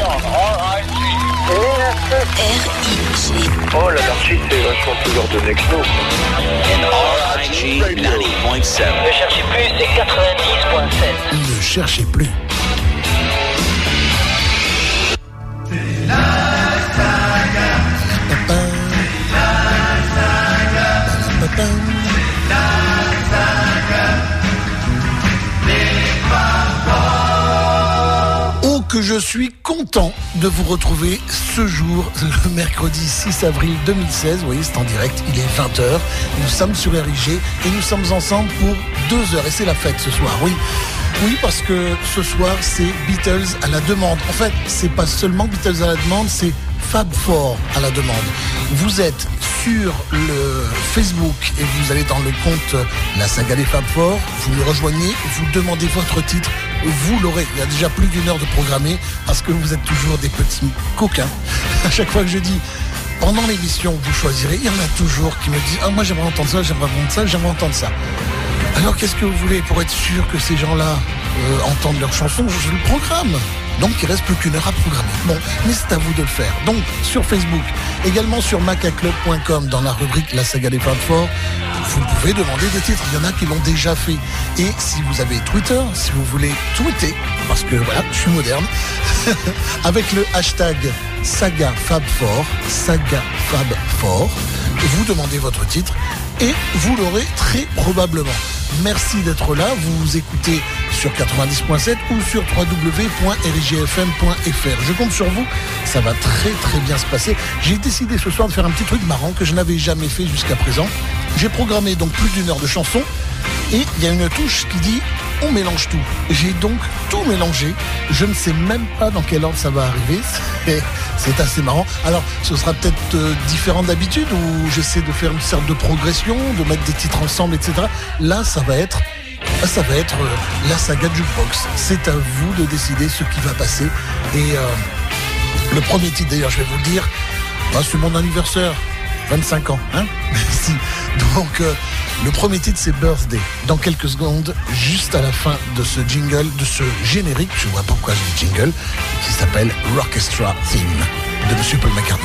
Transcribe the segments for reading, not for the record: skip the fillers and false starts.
R.I.G. Oh, la Darchi, c'est vachement plus ordonné que nous. R.I.G. 90.7. Ne cherchez plus, c'est 90.7. Ne cherchez plus. Oh, que je suis content de vous retrouver ce jour, le mercredi 6 avril 2016. Vous voyez, c'est en direct, il est 20h. Nous sommes sur RIG et nous sommes ensemble pour 2 heures. Et c'est la fête ce soir, oui. Oui, parce que ce soir, c'est Beatles à la demande. En fait, c'est pas seulement Beatles à la demande, c'est Fab Four à la demande. Vous êtes sur le Facebook et vous allez dans le compte La Saga des Fab Four, vous nous rejoignez, vous demandez votre titre, vous l'aurez. Il y a déjà plus d'une heure de programmé parce que vous êtes toujours des petits coquins. À chaque fois que je dis pendant l'émission, vous choisirez, il y en a toujours qui me disent « Ah, moi j'aimerais entendre ça, j'aimerais entendre ça, j'aimerais entendre ça ». Alors qu'est-ce que vous voulez pour être sûr que ces gens-là entendent leurs chansons? Je le programme. Donc il reste plus qu'une heure à programmer. Bon, mais c'est à vous de le faire. Donc sur Facebook, également sur macaclub.com dans la rubrique La Saga des Fab Four, vous pouvez demander des titres. Il y en a qui l'ont déjà fait. Et si vous avez Twitter, si vous voulez tweeter, parce que voilà, je suis moderne, avec le hashtag SagaFab4, SagaFab4, vous demandez votre titre et vous l'aurez très probablement. Merci d'être là, vous écoutez sur 90.7 ou sur www.rigfm.fr. Je compte sur vous, ça va très très bien se passer. J'ai décidé ce soir de faire un petit truc marrant que je n'avais jamais fait jusqu'à présent. J'ai programmé donc plus d'une heure de chansons et il y a une touche qui dit on mélange tout. J'ai donc tout mélangé. Je ne sais même pas dans quel ordre ça va arriver. C'est assez marrant. Alors, ce sera peut-être différent d'habitude où j'essaie de faire une sorte de progression, de mettre des titres ensemble, etc. Là, ça va être la saga Jukebox. C'est à vous de décider ce qui va passer. Et le premier titre, d'ailleurs, je vais vous le dire, c'est mon anniversaire. 25 ans, hein? Merci. Donc, le premier titre, c'est Birthday. Dans quelques secondes, juste à la fin de ce jingle, de ce générique, je vois pas pourquoi je dis jingle, qui s'appelle Rockestra Theme, de Monsieur Paul McCartney.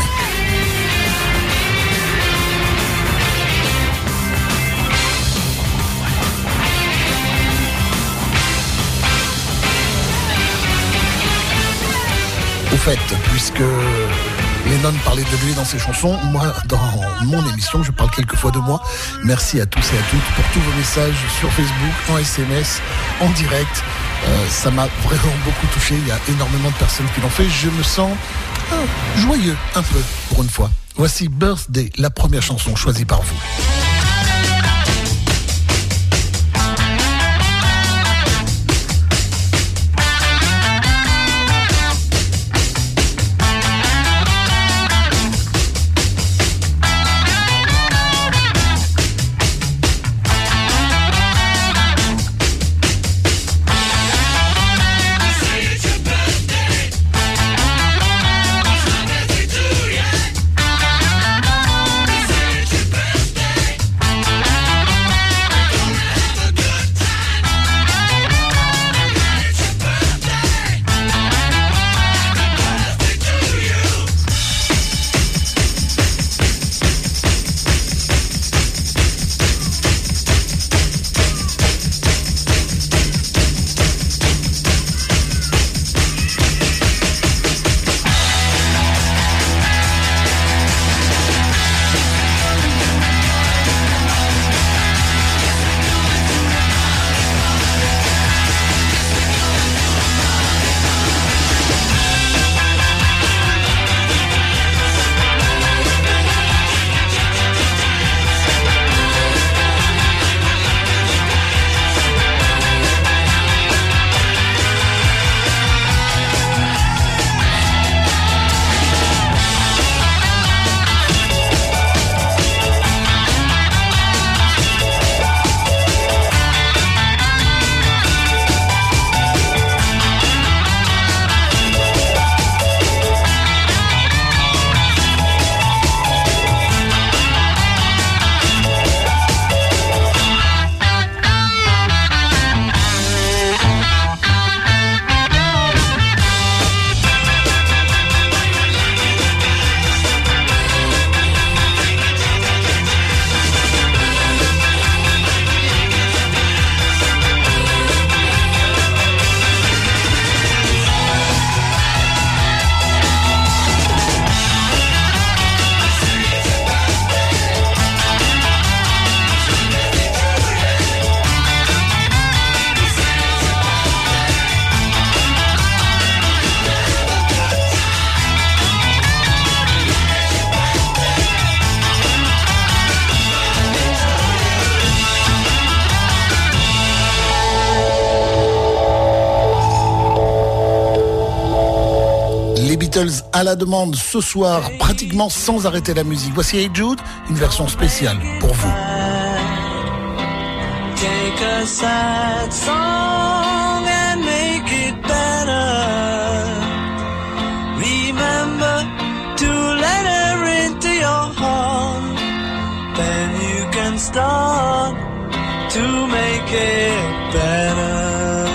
Au fait, puisque Lennon parlait de lui dans ses chansons, moi, dans mon émission, je parle quelquefois de moi. Merci à tous et à toutes pour tous vos messages sur Facebook, en SMS, en direct. Ça m'a vraiment beaucoup touché. Il y a énormément de personnes qui l'ont fait. Je me sens joyeux, un peu, pour une fois. Voici Birthday, la première chanson choisie par vous. Les Beatles à la demande ce soir, pratiquement sans arrêter la musique. Voici Hey Jude, une version spéciale pour vous. Take a sad song and make it better. Remember to let her into your heart. Then you can start to make it better.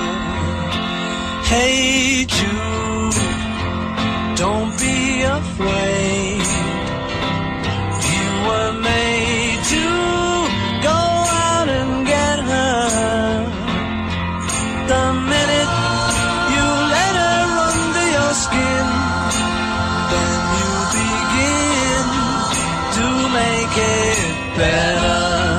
Hey Jude, don't be afraid. You were made to go out and get her. The minute you let her under your skin, then you begin to make it better.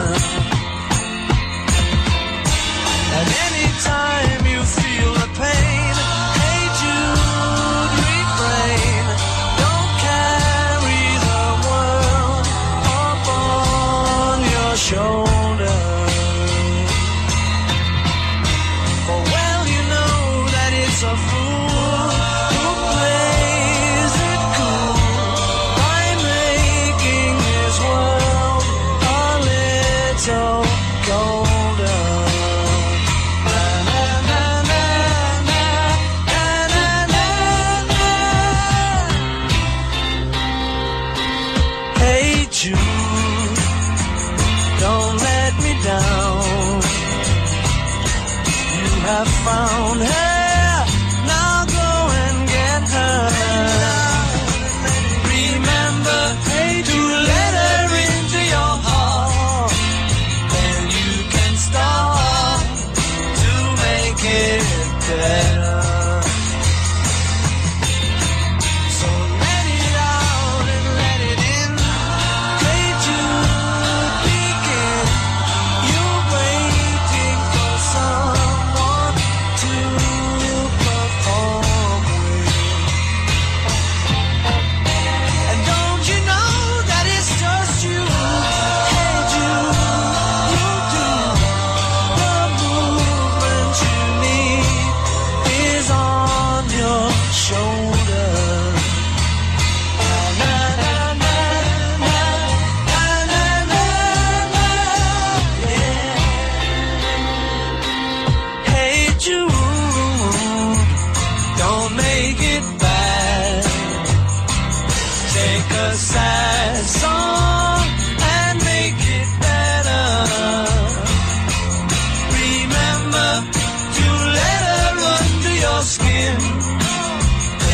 And anytime you feel the pain, hey Jude, refrain. Don't carry the world upon your shoulder. For well you know that it's a fool who plays it cool by making his world a little colder. Hey Jude, don't let me down. You have found her, now go and get her. Remember, hey, to let her into your heart. Then you can start to make it better. So let it out and let it in. Hey Jude, begin. You're waiting for someone to perform with. And don't you know that it's just you? Hey Jude, you do. The movement you need is on your shoulder. Na, na, na, na, na, na, na, na, yeah. Hey Jude, don't make it bad. Take a sad song and make it better. Remember to let her under your skin.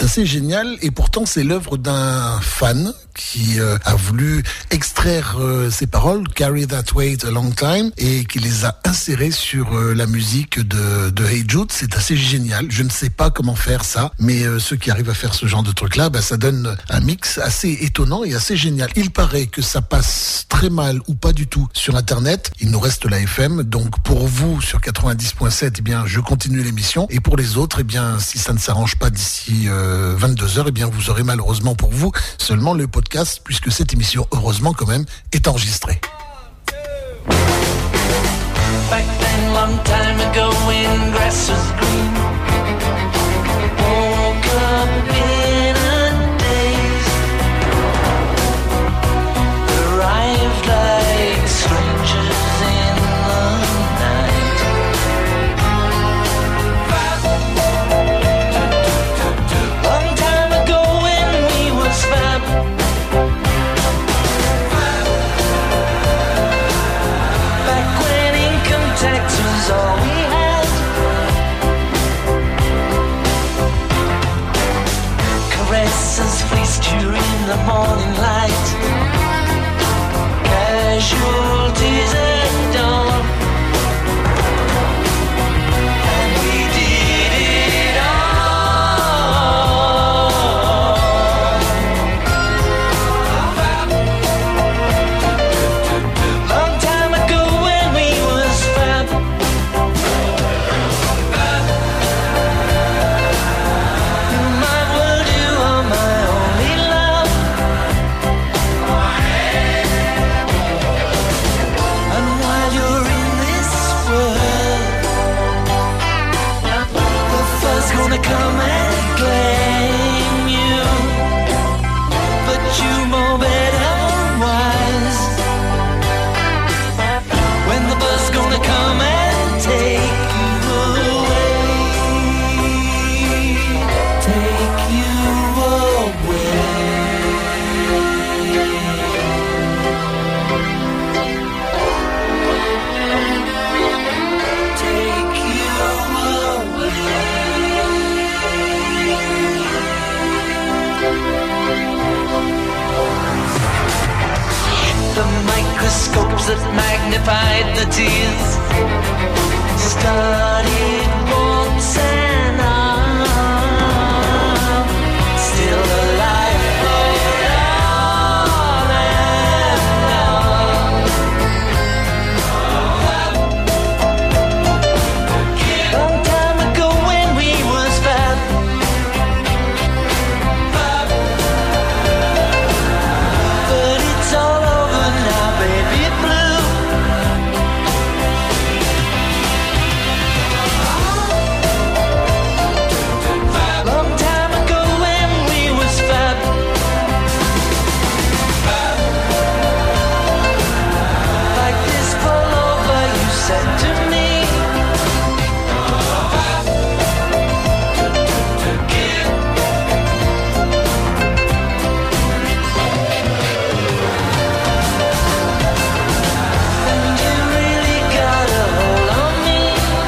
assez génial et pourtant c'est l'œuvre d'un fan qui a voulu extraire ces paroles, Carry That Weight a Long Time, et qui les a insérées sur la musique de Hey Jude. C'est assez génial. Je ne sais pas comment faire ça, mais ceux qui arrivent à faire ce genre de truc-là, ça donne un mix assez étonnant et assez génial. Il paraît que ça passe très mal ou pas du tout sur Internet. Il nous reste la FM. Donc pour vous, sur 90.7, eh bien, je continue l'émission. Et pour les autres, eh bien, si ça ne s'arrange pas d'ici 22h, eh bien, vous aurez malheureusement pour vous seulement le podcast, puisque cette émission, heureusement quand même, est enregistrée. Back then, long time ago, when grass was green, woke up in a daze, arrived like strangers in the night. Long time ago when we was fab, back when income tax was all we had, caresses fleeced you in the morning light, casualties at dawn, and we did it all. Long time ago when we was fab, my world, you are my only love. And while you're in this world, the fuss gonna come and claim you, but you know better wise, when the bus gonna come and take you away, take you away. Take you away. The microscopes that magnified the tears studied once and on, still alive for on and on. Long time ago when we was fab, but it's all over now, baby blue. Long time ago when we was fab, like this fall over, you said to me, and you really got a hold on me.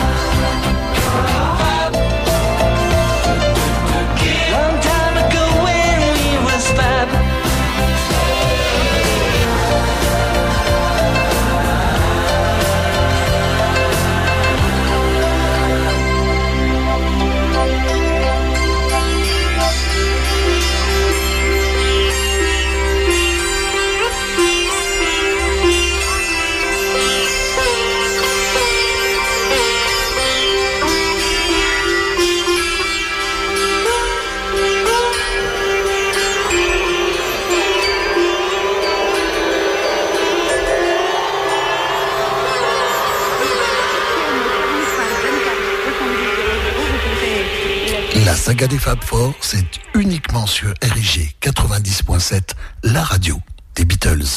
Long time ago when we was fab, La saga des Fab Four, c'est uniquement sur RIG 90.7, la radio des Beatles.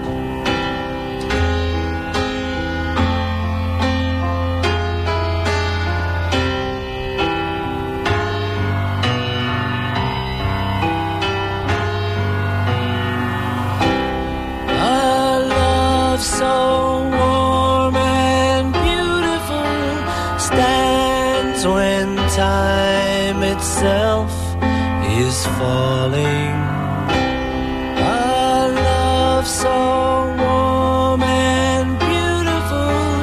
A love so warm and beautiful stands when time itself is falling. A love so warm and beautiful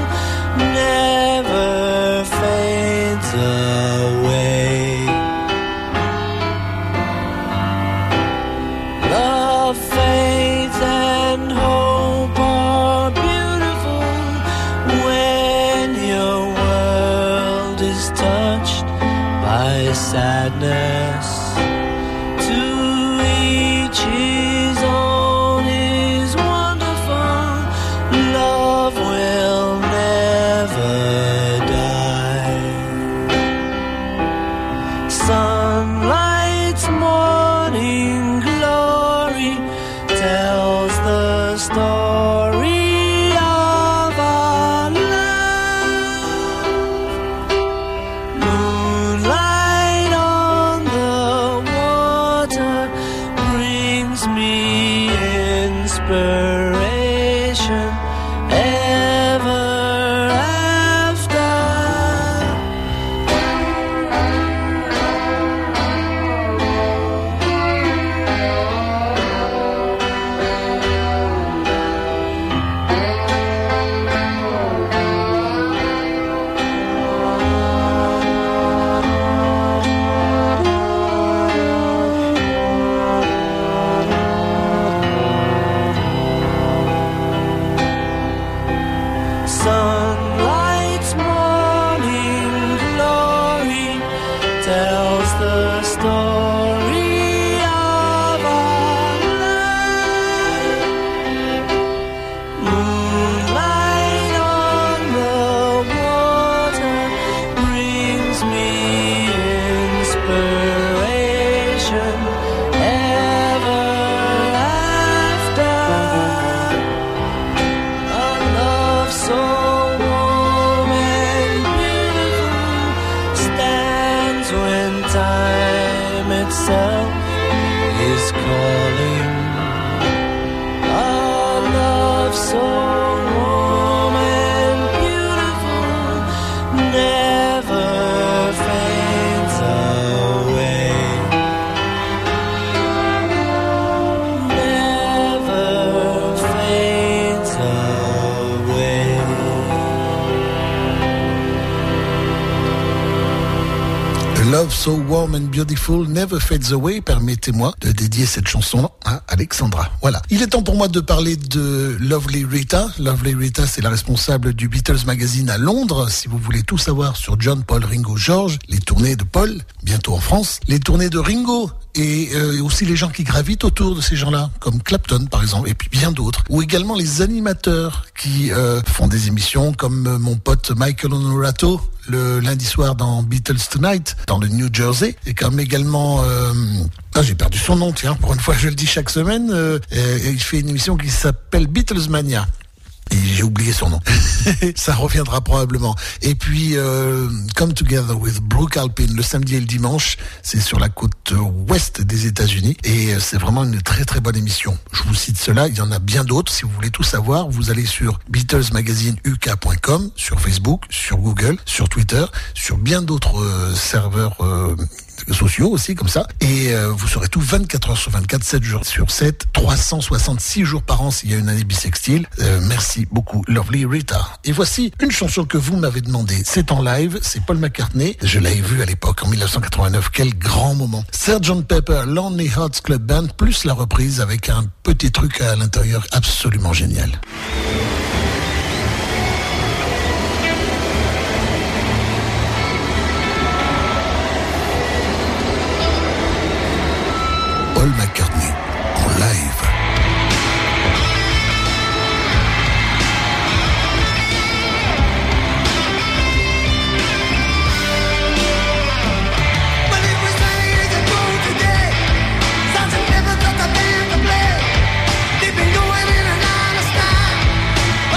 never fades away. Love, faith, and hope are beautiful when your world is touched by sadness. To each his own is wonderful. Love will never die. Sunlight's morning glory tells the story of our love. Moonlight on the water brings me inspiration ever after. Sunlight's morning glory tells the story of our love. Moonlight on the water brings me inspiration ever after. A love so warm and beautiful stands when time itself is calling. A love so warm and beautiful never fades away. Never fades away. Love So Warm and Beautiful Never Fades Away. Permettez-moi de dédier cette chanson à Alexandra. Voilà. Il est temps pour moi de parler de Lovely Rita. Lovely Rita, c'est la responsable du Beatles Magazine à Londres. Si vous voulez tout savoir sur John, Paul, Ringo, George, les tournées de Paul, bientôt en France, les tournées de Ringo, et aussi les gens qui gravitent autour de ces gens-là, comme Clapton par exemple, et puis bien d'autres, ou également les animateurs qui font des émissions comme mon pote Michael Honorato, le lundi soir dans Beatles Tonight, dans le New Jersey, et comme également... j'ai perdu son nom, tiens, pour une fois je le dis chaque semaine, il fait une émission qui s'appelle Beatles Mania. Et j'ai oublié son nom. Ça reviendra probablement. Et puis, Come Together with Brooke Alpin, le samedi et le dimanche, c'est sur la côte ouest des États-Unis. Et c'est vraiment une très très bonne émission. Je vous cite cela, il y en a bien d'autres. Si vous voulez tout savoir, vous allez sur BeatlesMagazineUK.com, sur Facebook, sur Google, sur Twitter, sur bien d'autres serveurs sociaux aussi comme ça, et vous saurez tout 24 heures sur 24, 7 jours sur 7, 366 jours par an s'il y a une année bissextile. Merci beaucoup Lovely Rita. Et voici une chanson que vous m'avez demandé, c'est en live, c'est Paul McCartney, je l'avais vu à l'époque en 1989, quel grand moment. Sgt Pepper Lonely Hearts Club Band plus la reprise avec un petit truc à l'intérieur absolument génial. Paul McCartney en live. Never thought the band to play. They've been going in and out of style.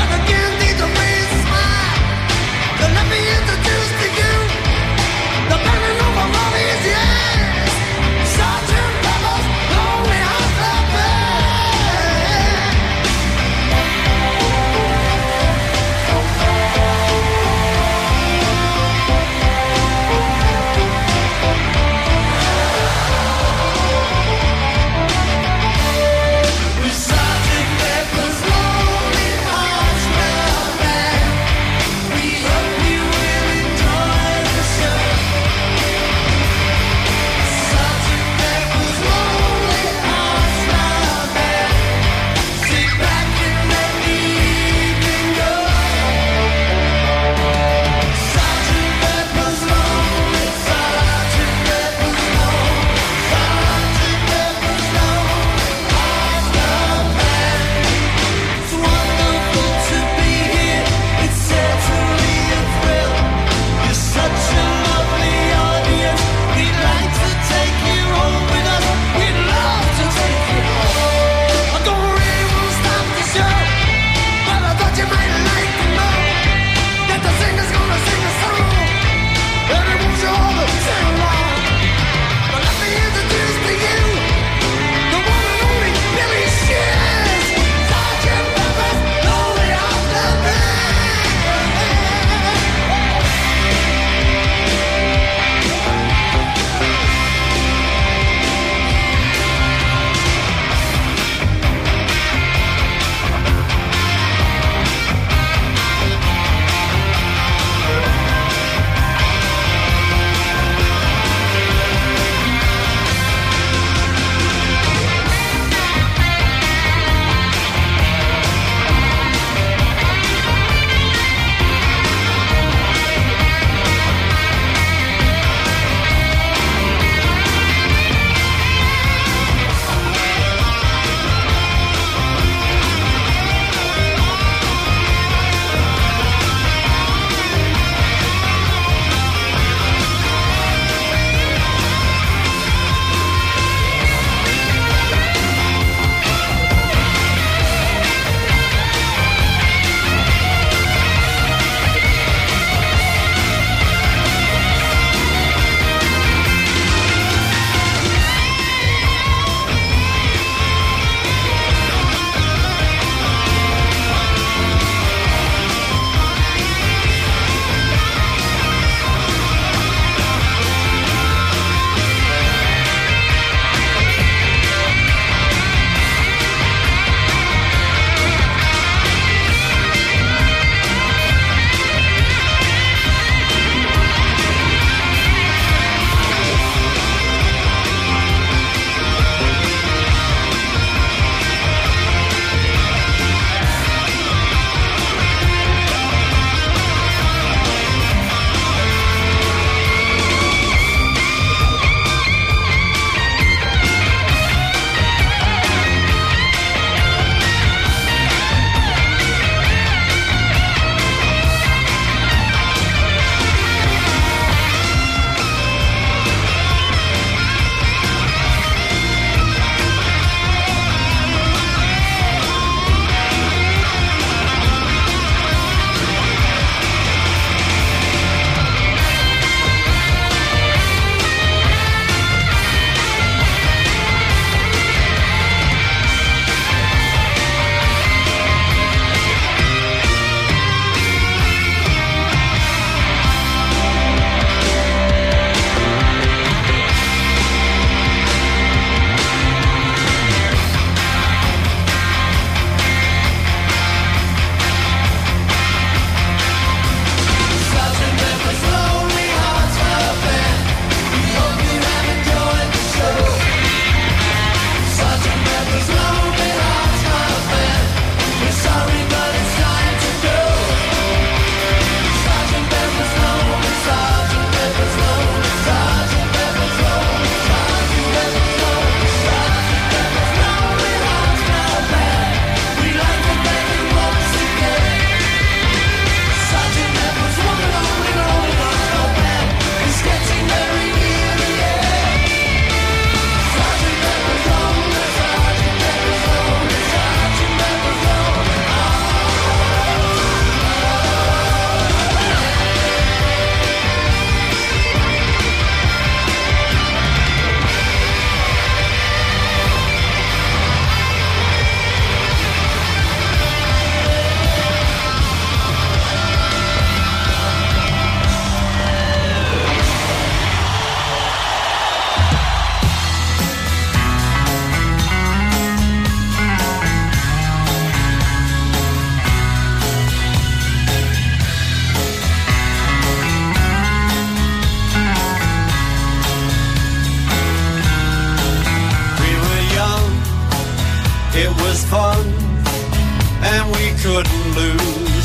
couldn't lose.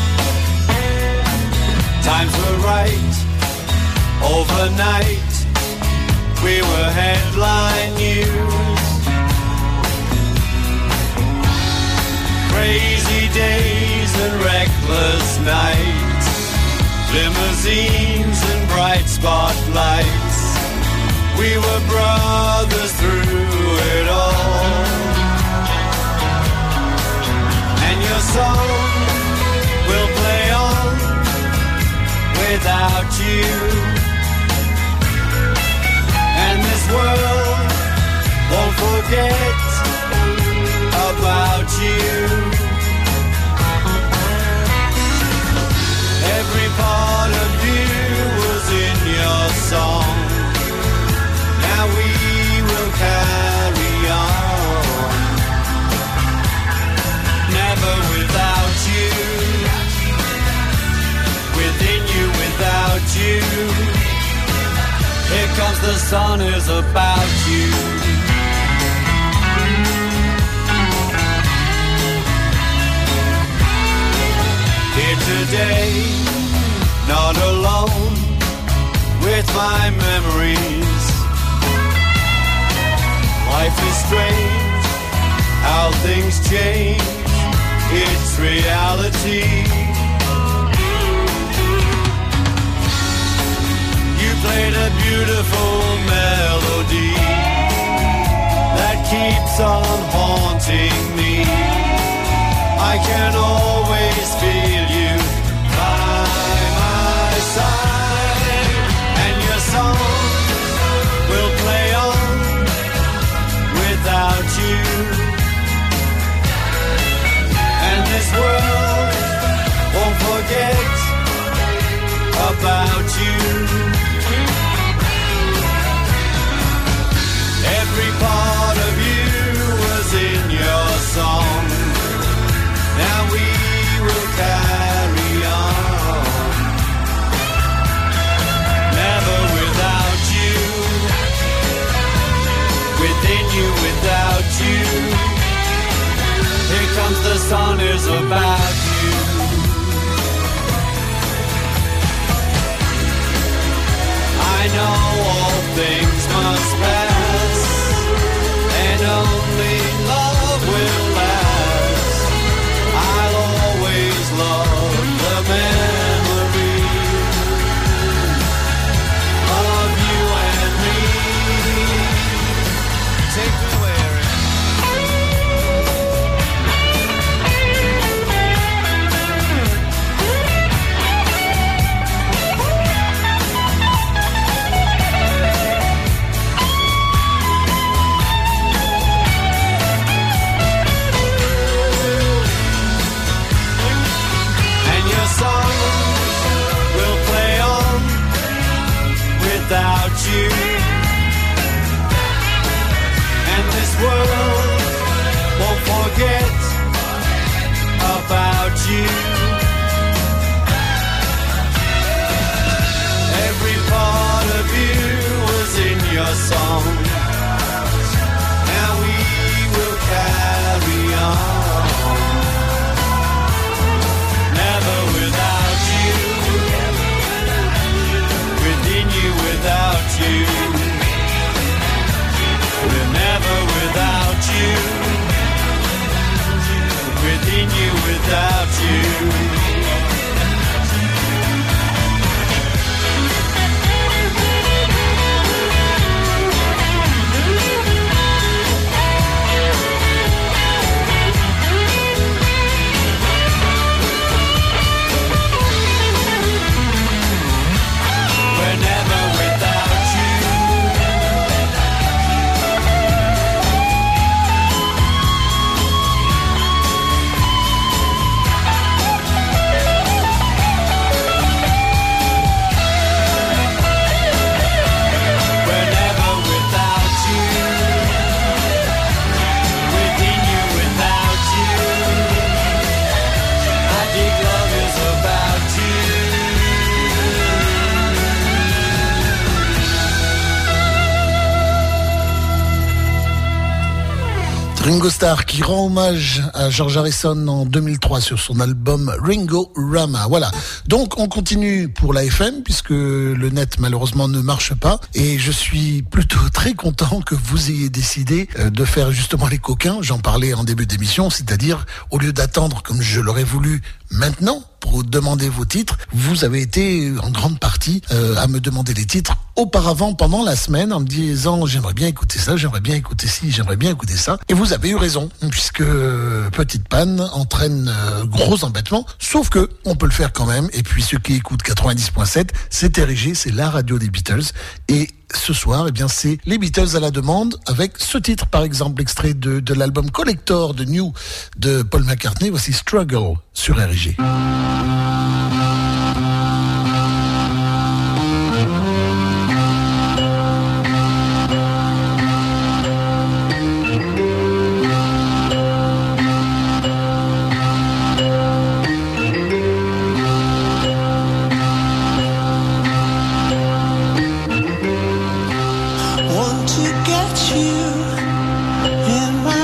Times were right, overnight, we were headline news. Crazy days and reckless nights, limousines and bright spotlights. We were brothers through it all. And your song will play on without you. And this world won't forget about you. Every part of you was in your song. Now we will carry on. Never without you. Within you, without you. Here comes the sun is about you. Here today, not alone with my memories. Life is strange, how things change, it's reality. You played a beautiful melody that keeps on haunting me. I can always feel you by my side, and your song will play on without you. And this world won't forget about you. Every part of you was in your song. Now we will carry on. Never without you. Within you, without you. Here comes the sun is about you. I know all things must pass, and only love will last. I'll always love the memory of you and me. Take me where without you. And this world won't forget about you. Every part of you was in your song. Now we will carry on. Never without you. Within you, without you. We're never without you. Within you, without you. Ringo Starr qui rend hommage à George Harrison en 2003 sur son album Ringo Rama. Voilà. Donc on continue pour la FM puisque le net malheureusement ne marche pas et je suis plutôt très content que vous ayez décidé de faire justement les coquins. J'en parlais en début d'émission, c'est-à-dire au lieu d'attendre comme je l'aurais voulu maintenant pour demander vos titres, vous avez été en grande partie à me demander les titres auparavant pendant la semaine en me disant j'aimerais bien écouter ça, j'aimerais bien écouter ci, j'aimerais bien écouter ça. Et vous avez eu raison puisque petite panne entraîne gros embêtement, sauf que on peut le faire quand même. Et puis ceux qui écoutent 90.7, c'est RIG, c'est la radio des Beatles. Et ce soir, eh bien, c'est les Beatles à la demande avec ce titre, par exemple, extrait de l'album Collector de New de Paul McCartney. Voici Struggle sur RIG.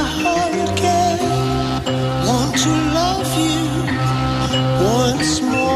Want to love you once more.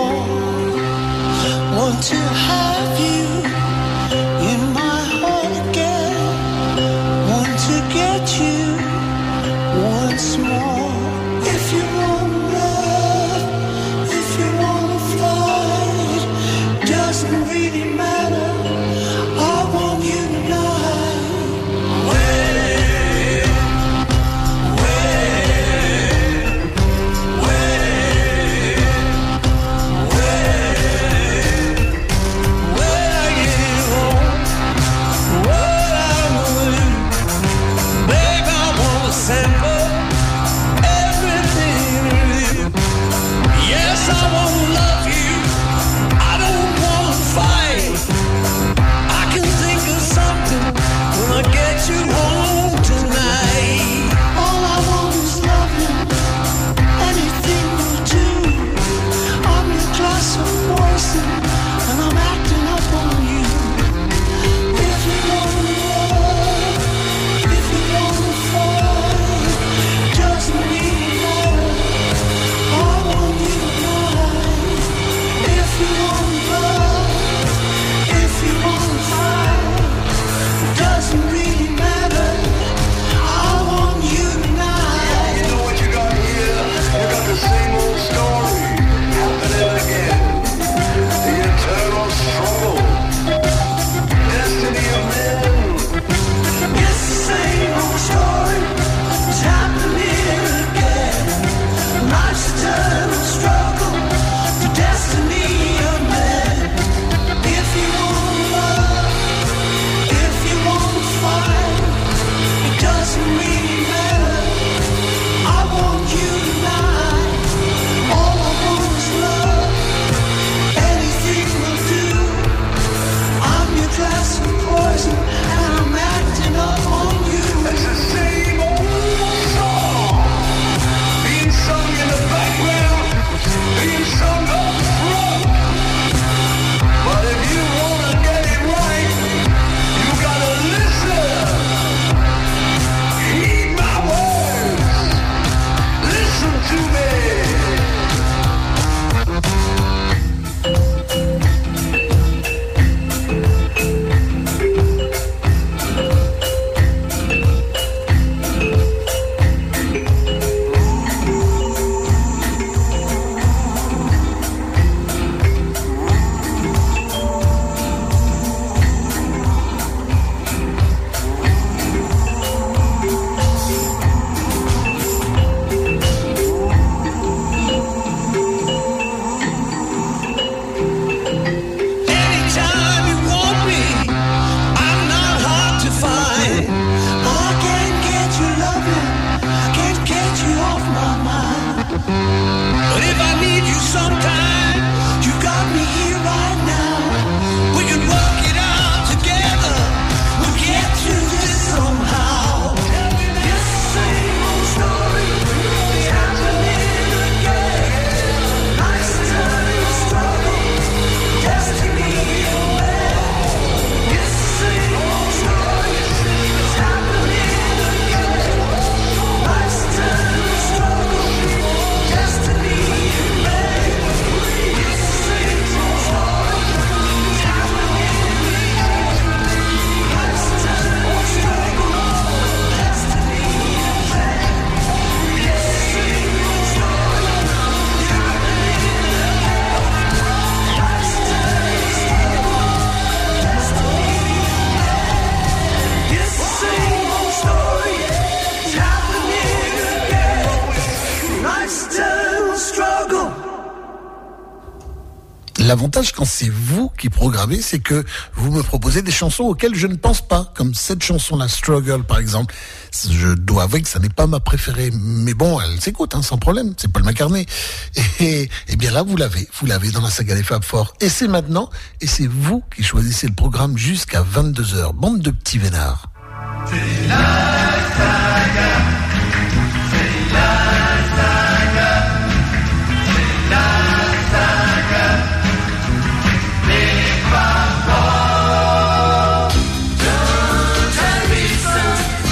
l'avantage quand c'est vous qui programmez, c'est que vous me proposez des chansons auxquelles je ne pense pas, comme cette chanson-là, Struggle par exemple. Je dois avouer que ça n'est pas ma préférée, mais bon, elle s'écoute, sans problème, c'est Paul McCartney. Et bien là, vous l'avez dans la saga des Fab Four. Et c'est maintenant, et c'est vous qui choisissez le programme jusqu'à 22h. Bande de petits vénards. C'est la saga, c'est la saga, c'est la saga, les Fab Four. George Harrison,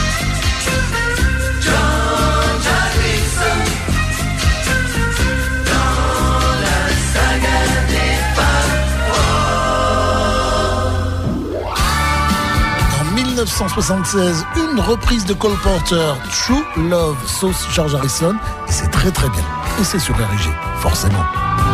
George Harrison, dans la saga des Fab Four. En 1976, une reprise de Cole Porter, True Love, sauce George Harrison, et c'est très très bien. Et c'est sur RG, forcément.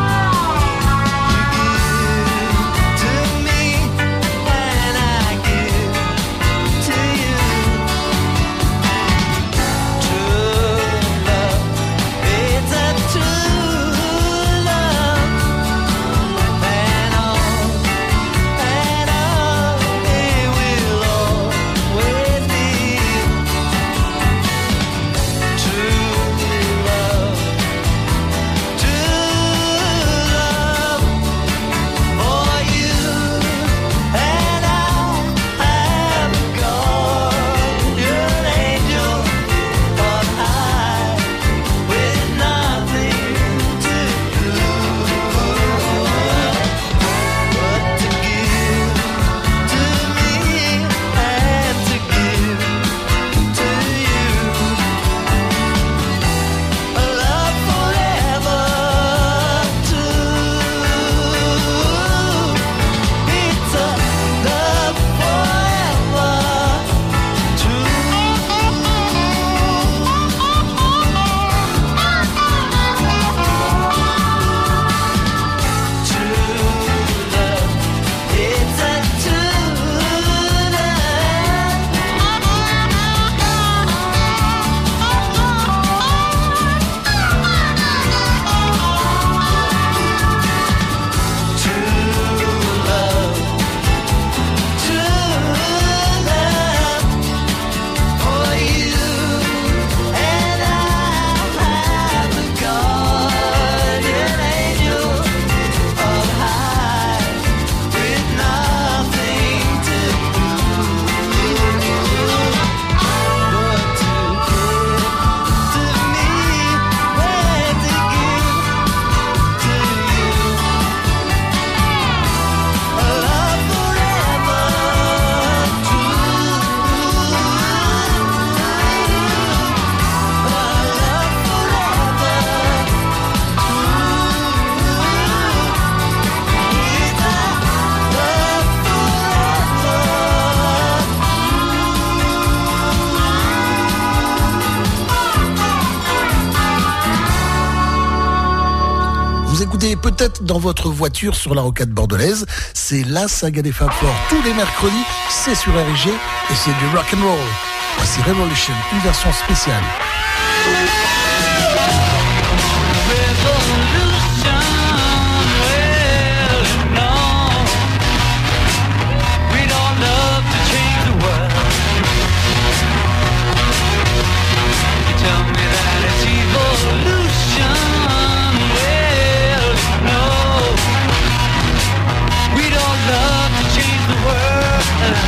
Peut-être dans votre voiture sur la rocade bordelaise, c'est la saga des Fab Four. Tous les mercredis, c'est sur RG et c'est du rock and roll. Voici Revolution, une version spéciale.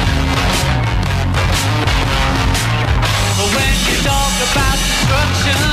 When you talk about destruction,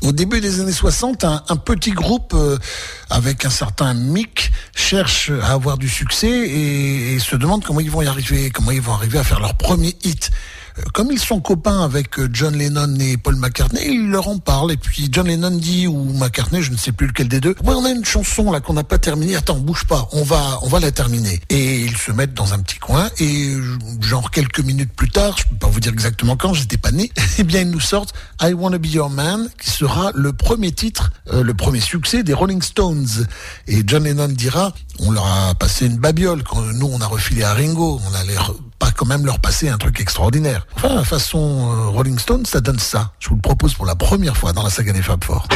Au début des années 60, un petit groupe avec un certain Mick cherche à avoir du succès et se demande comment ils vont arriver à faire leur premier hit. Comme ils sont copains avec John Lennon et Paul McCartney, ils leur en parlent. Et puis John Lennon dit, ou McCartney, je ne sais plus lequel des deux, ouais, on a une chanson là qu'on n'a pas terminée. Attends, bouge pas, on va la terminer. Et ils se mettent dans un petit coin. Et genre quelques minutes plus tard, je peux pas vous dire exactement quand, j'étais pas né. Eh bien, ils nous sortent I Wanna Be Your Man, qui sera le premier titre, le premier succès des Rolling Stones. Et John Lennon dira, on leur a passé une babiole quand nous on a refilé à Ringo. On allait pas quand même leur passer un truc extraordinaire. Enfin, façon Rolling Stone, ça donne ça. Je vous le propose pour la première fois dans la saga des Fab Four.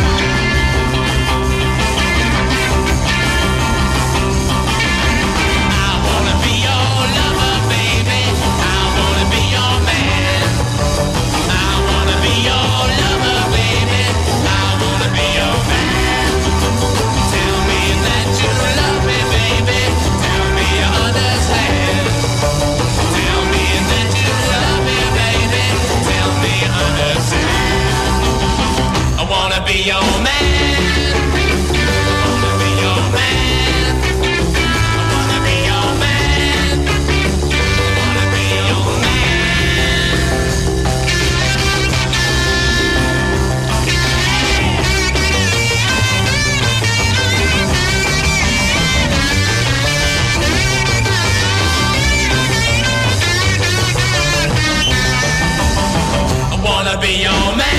Be your man. I wanna be your man. I wanna be your man. I wanna be your man. I wanna be your man.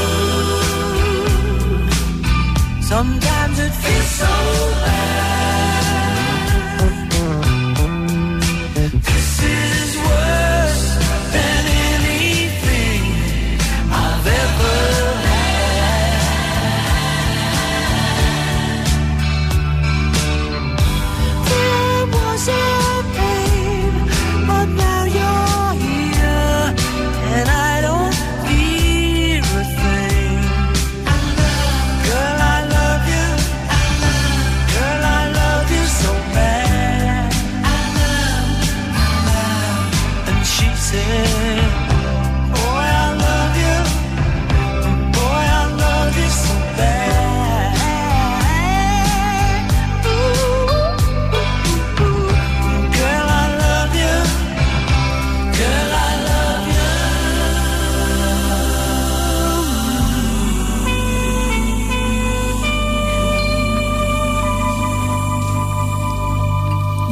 Sometimes it feels so bad.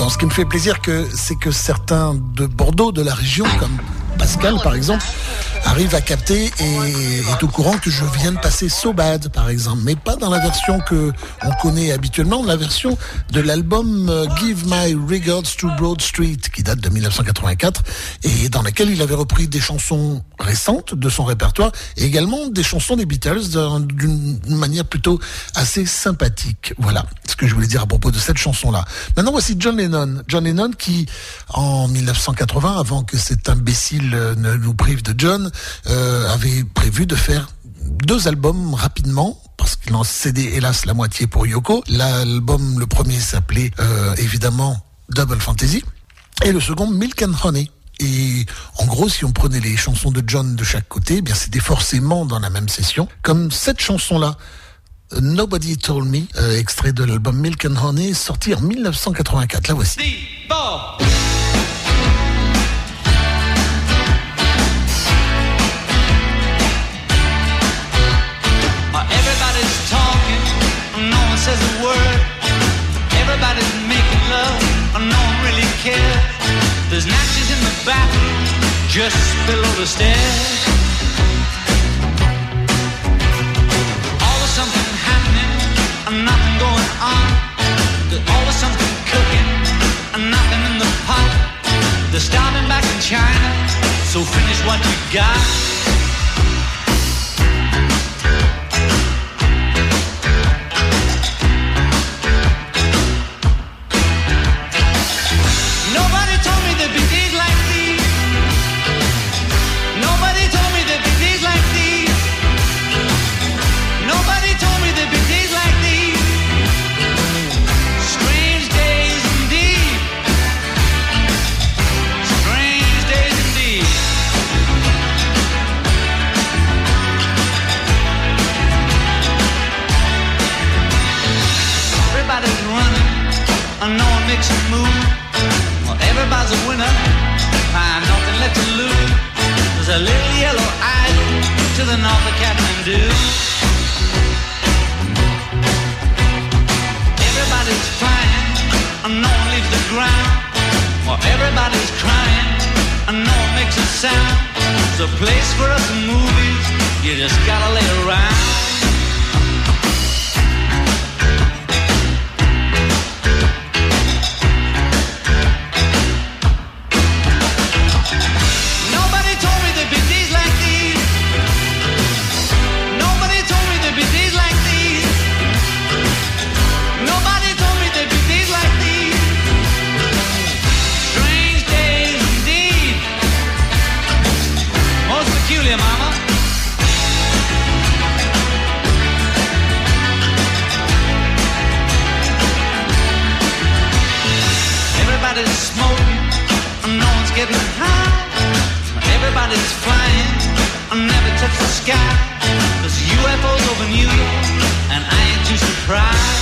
Non, ce qui me fait plaisir, c'est que certains de Bordeaux, de la région, comme Pascal par exemple, arrive à capter et est au courant que je viens de passer So Bad par exemple, mais pas dans la version que on connaît habituellement, la version de l'album Give My Regards to Broad Street qui date de 1984 et dans laquelle il avait repris des chansons récentes de son répertoire et également des chansons des Beatles d'une manière plutôt assez sympathique. Voilà ce que je voulais dire à propos de cette chanson-là. Maintenant voici John Lennon. John Lennon qui en 1980, avant que cet imbécile ne nous prive de John, avait prévu de faire 2 albums rapidement parce qu'il en cédait hélas la moitié pour Yoko. L'album, le premier s'appelait évidemment Double Fantasy et le second Milk and Honey. Et en gros, si on prenait les chansons de John de chaque côté, eh bien c'était forcément dans la même session, comme cette chanson-là. Nobody Told Me, extrait de l'album Milk and Honey, sorti en 1984. La voici. Everybody's talking, no one says a word. Everybody's making love, no one really cares. There's natches in the bathroom, just below the stairs. Always something happening, and nothing going on. There's always something cooking, and nothing in the pot. They're starting back in China, so finish what you got. Makes a move. Well, everybody's a winner. Find nothing left to lose. There's a little yellow island to the north of Kathmandu. Everybody's flying, and no one leaves the ground. Well, everybody's crying, and no one makes a sound. It's a place for us in movies. You just gotta lay around. Mama. Everybody's smoking, and no one's getting high. Everybody's flying, and never touch the sky. There's UFOs over New York, and I ain't too surprised.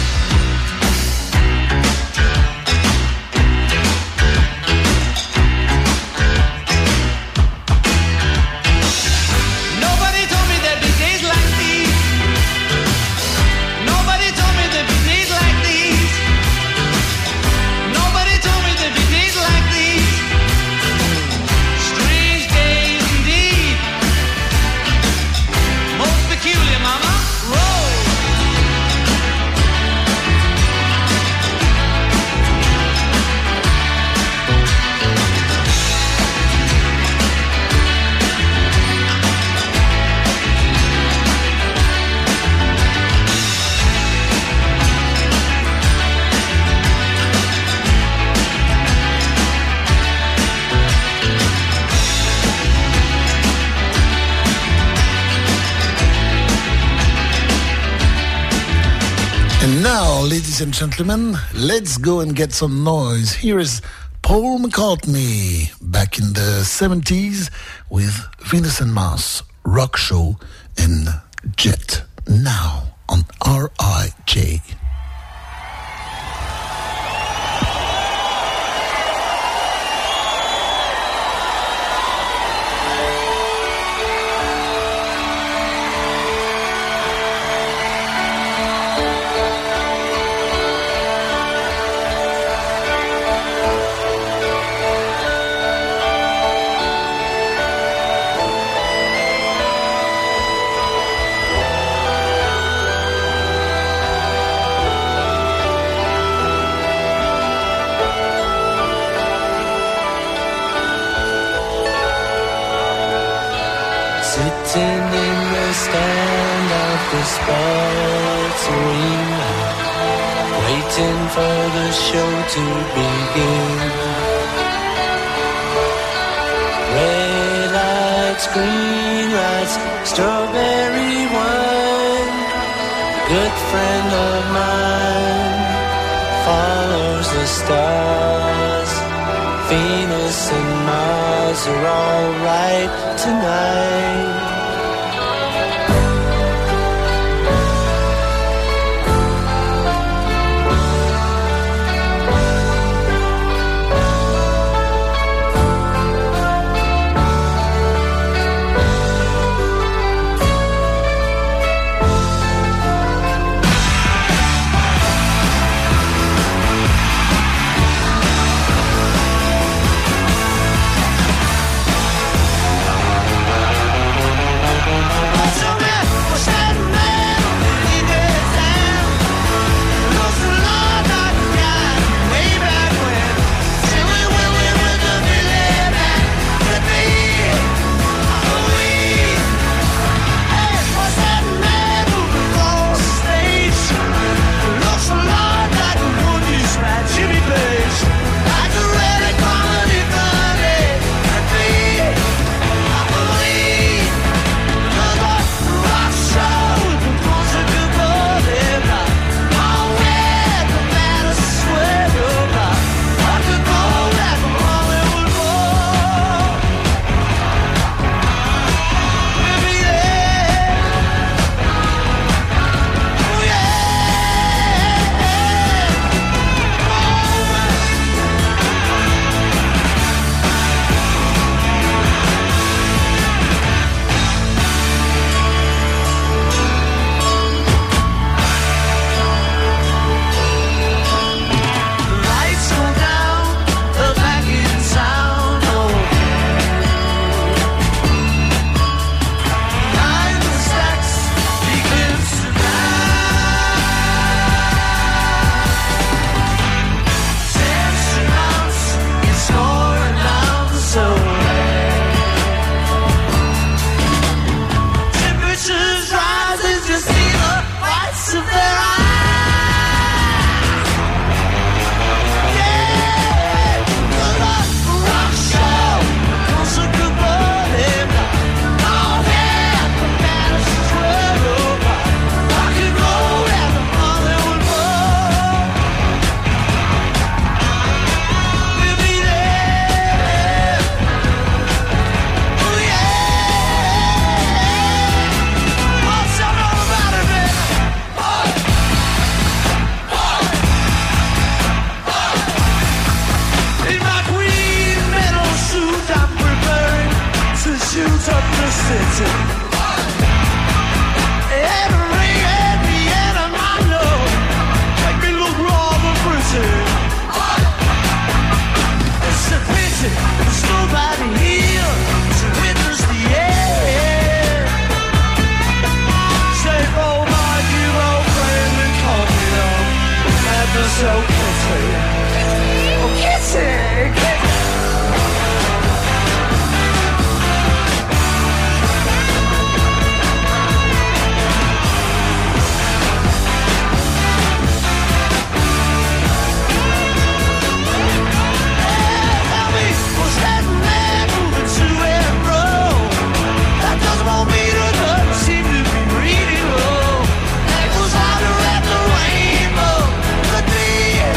Now, ladies and gentlemen, let's go and get some noise. Here is Paul McCartney back in the 70s with Venus and Mars, Rock Show and Jet. Now on RIJ. stand at the sports arena, waiting for the show to begin. Red lights, green lights, strawberry wine. Good friend of mine follows the stars. Venus and Mars are all right tonight. Seem to be reading, oh, it was hard to wrap the rainbow. Could be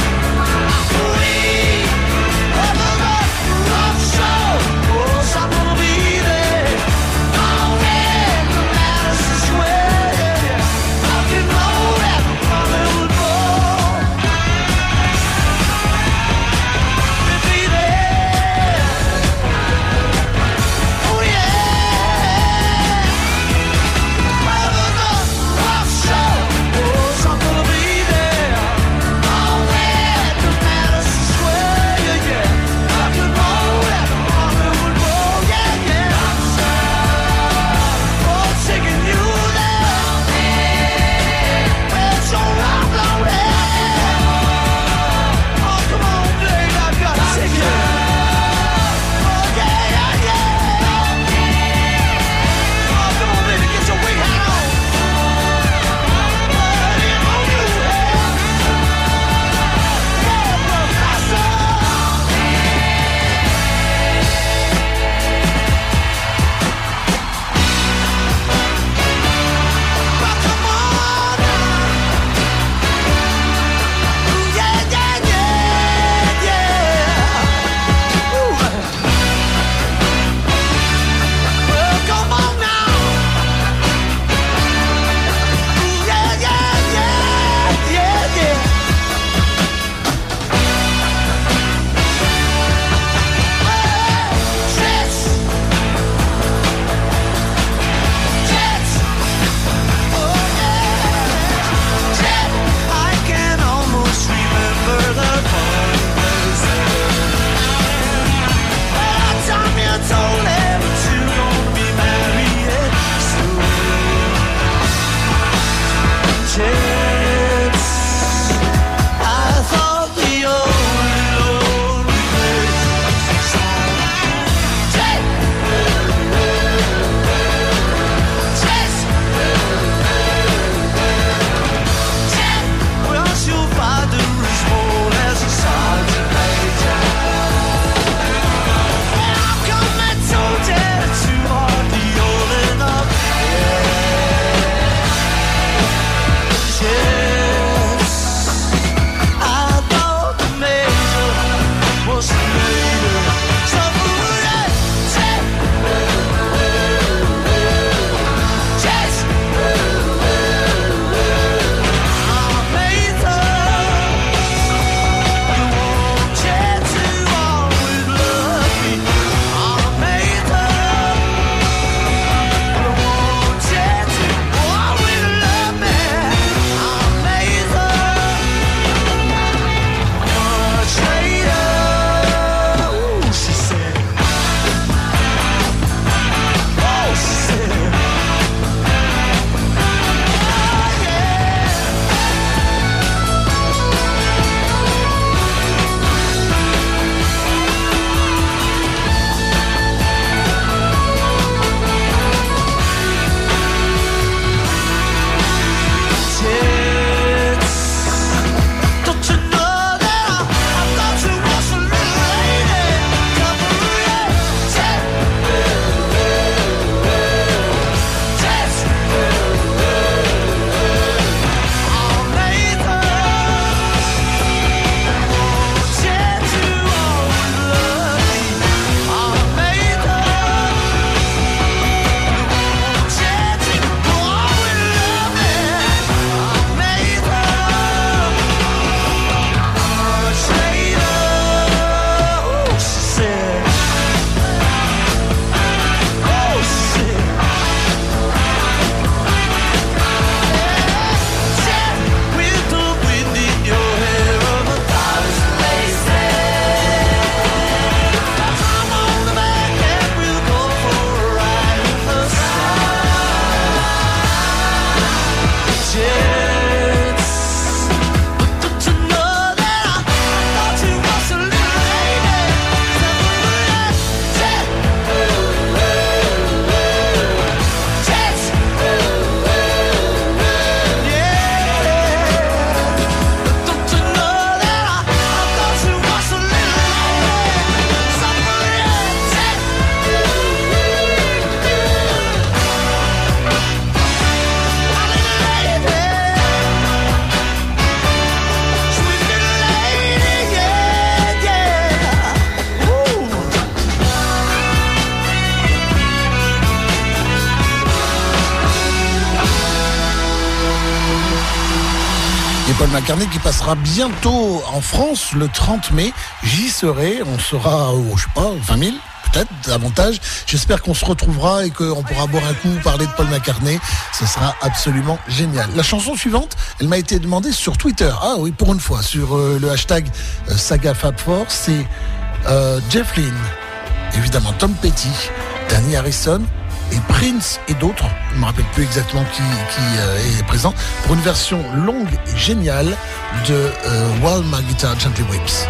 McCartney qui passera bientôt en France le 30 mai. J'y serai, on sera, je sais pas, 20 000 peut-être, davantage. J'espère qu'on se retrouvera et qu'on pourra boire un coup, parler de Paul McCartney. Ce sera absolument génial. La chanson suivante, elle m'a été demandée sur Twitter. Ah oui, pour une fois, sur le hashtag SagaFab4, c'est Jeff Lynne, évidemment Tom Petty, Danny Harrison et Prince et d'autres, je ne me rappelle plus exactement qui est présent, pour une version longue et géniale de While My Guitar Gently Weeps.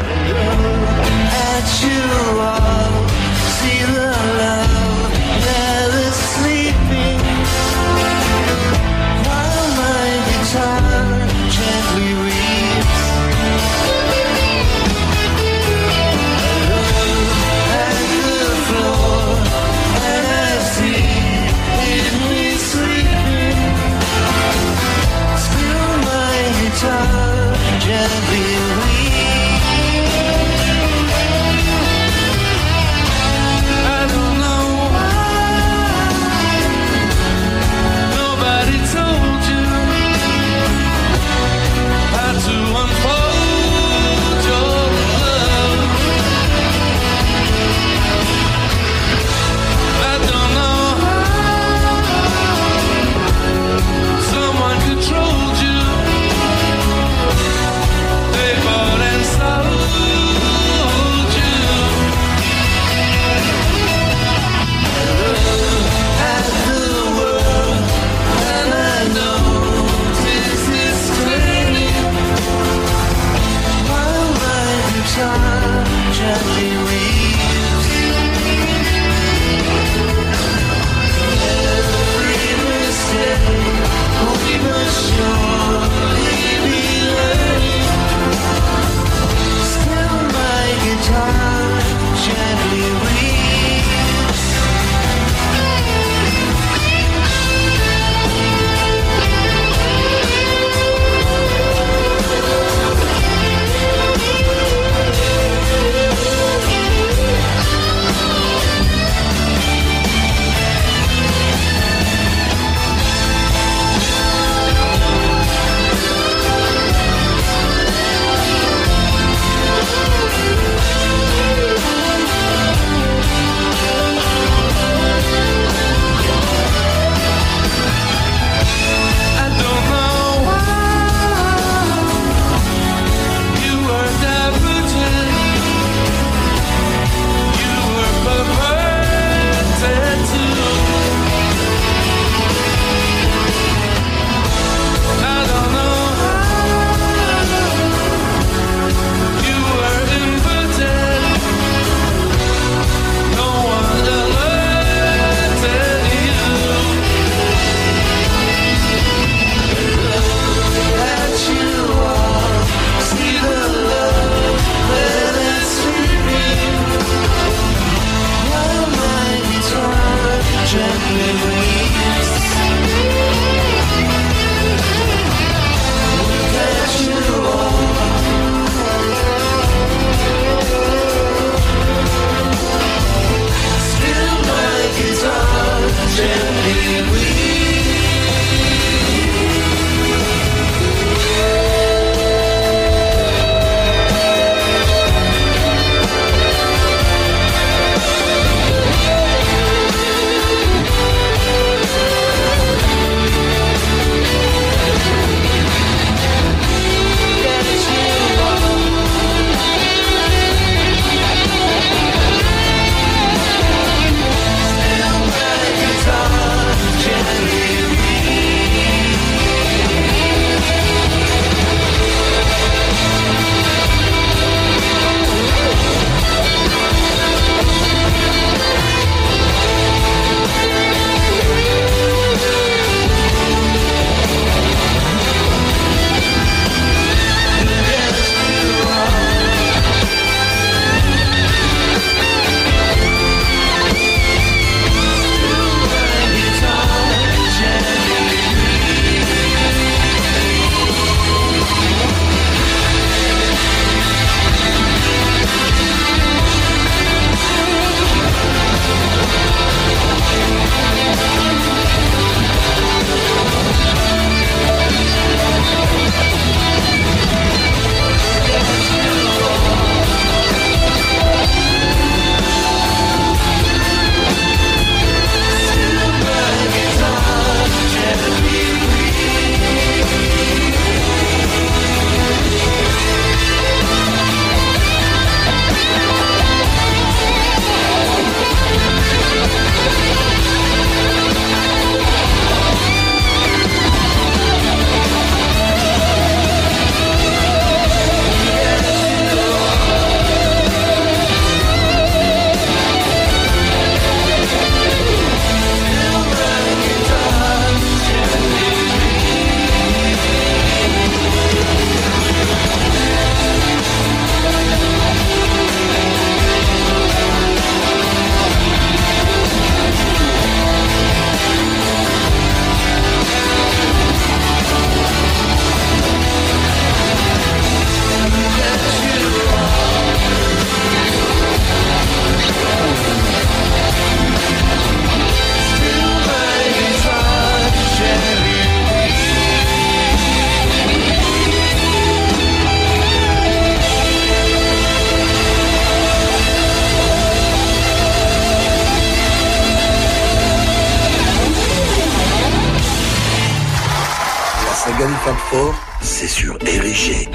Fab Four, c'est sur Érigé.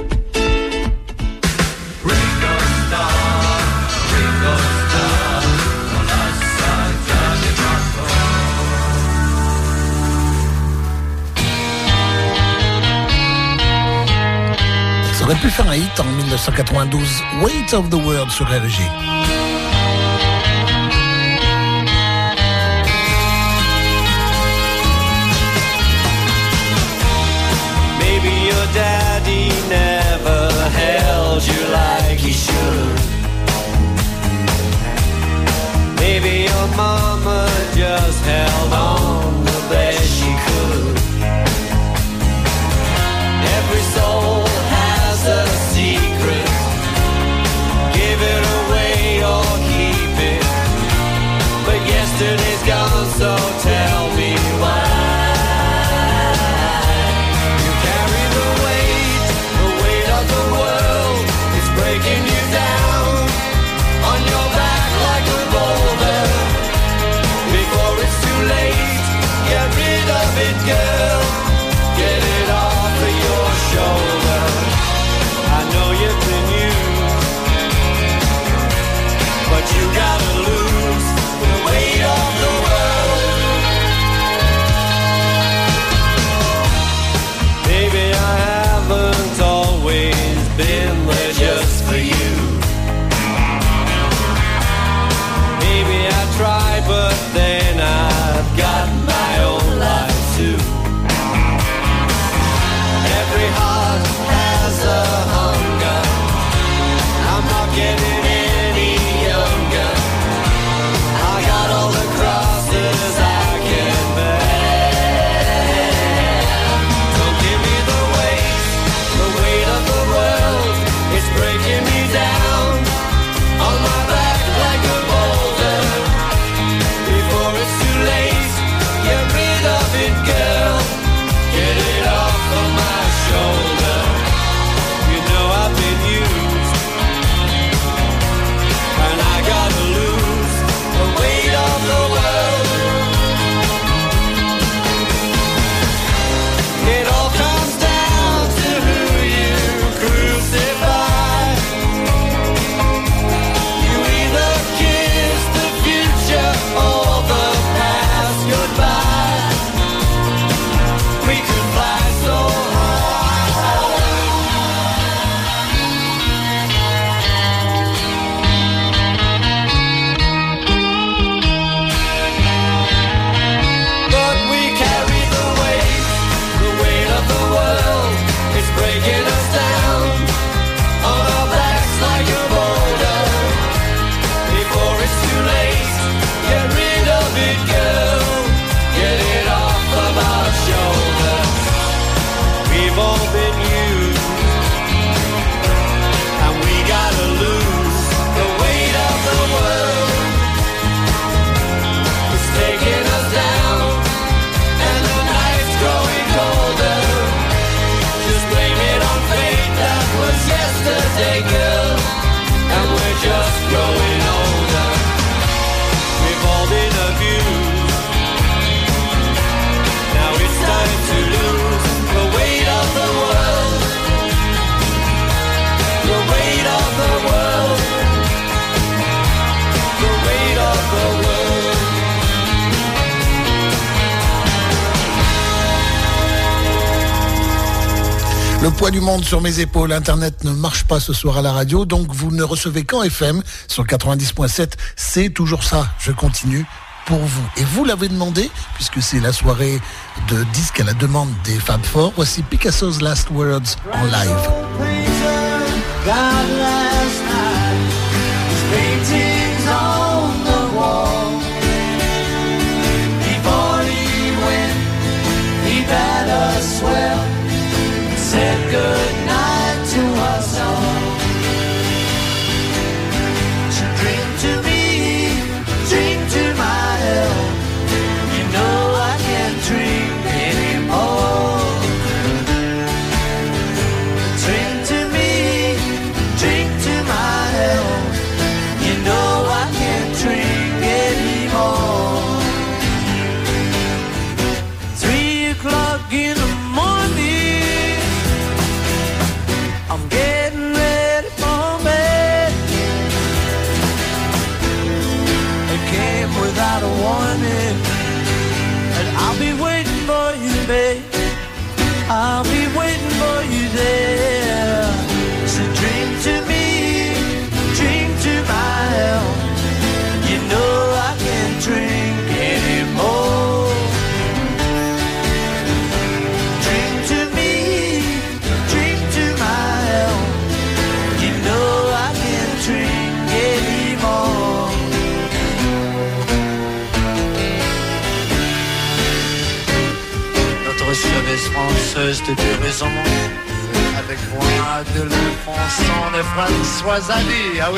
Ça aurait pu faire un hit en 1992, Weight of the World sur Érigé. Maybe your daddy never held you like he should. Maybe your mama just held on the best she could. Every soul has a secret. Give it away or keep it. But yesterday's gone, so tell me why. Breaking you down on your back like a boulder. Before it's too late, get rid of it, girl. Get it off of your shoulder. I know you've been used, but you gotta lose the weight of the world. Maybe I haven't always been there just for you. Maybe I tried, but then I've got my own life too. Every heart has a hunger. I'm not getting any younger. I got all the crosses I can bear. Don't give me the weight of the world. It's breaking me down on my back like a boulder. Before it's too late, get rid of it, girl. Get it off of my shoulder. You know I've been used, and I gotta lose the weight of the world. It all comes down to who you crucify. You either kiss the future or the past goodbye. We could fly so high. But we carry the weight of the world. It's breaking us down on our backs like a boulder. Before it's too late, get rid of it, girl. Get it off of our shoulders. We've all been used, and we gotta lose the weight of the world. It's taking us down, and the night's growing colder. Just blame it on fate, that was yesterday, girl. And we're just growing older. We've all been abused. Now it's time to lose the weight of the world. The weight of the world. The weight of the world. Le poids du monde sur mes épaules. Internet ne marche pas ce soir à la radio, donc vous ne recevez qu'en FM sur 90.7. C'est toujours ça. Je continue pour vous. Et vous l'avez demandé, puisque c'est la soirée de disques à la demande des Fab Four. Voici Picasso's Last Words en live. Said good night to us all. So drink to me, drink to my health. You know I can't drink anymore. Drink to me, drink c'était récemment. Avec moi de l'enfance de François Hardy, ah oui.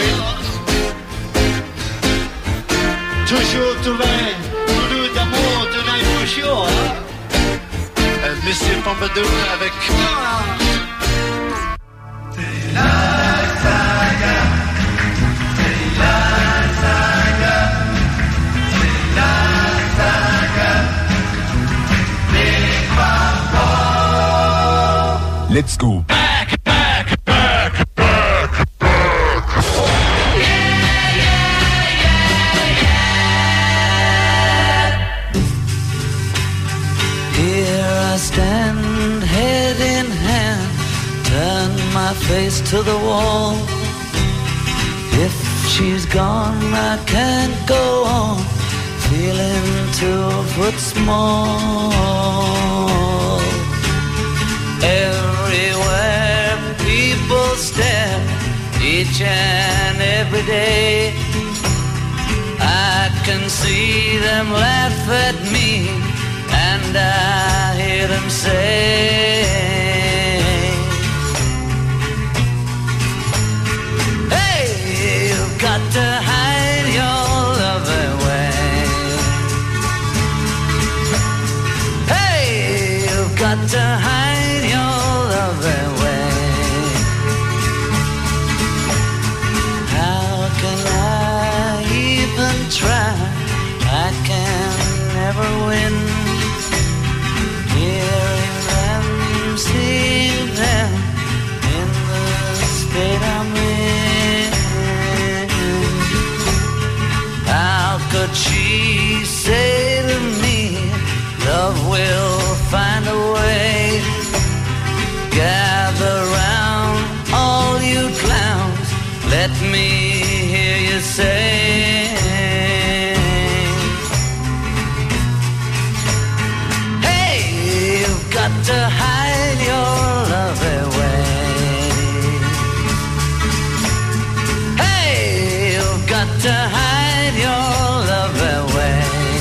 Toujours tout vain, tout d'amour, tonight for sure. Hein? Monsieur Pompadour avec... C'est la saga, c'est la saga, c'est la saga des papas. Let's go. Stand head in hand, turn my face to the wall. If she's gone, I can't go on, feeling 2 foot small. Everywhere people stare, each and every day. I can see them laugh at me, and I hear them say, hey, you've got to hide your love away. Hey, you've got to hide your love away. How can I even try? I can never win. Hearing them, seeing them in the state I'm in. How could she say to me, love will find a way? Gather round, all you clowns, let me hear you say. Got to hide your love away. Hey, you've got to hide your love away.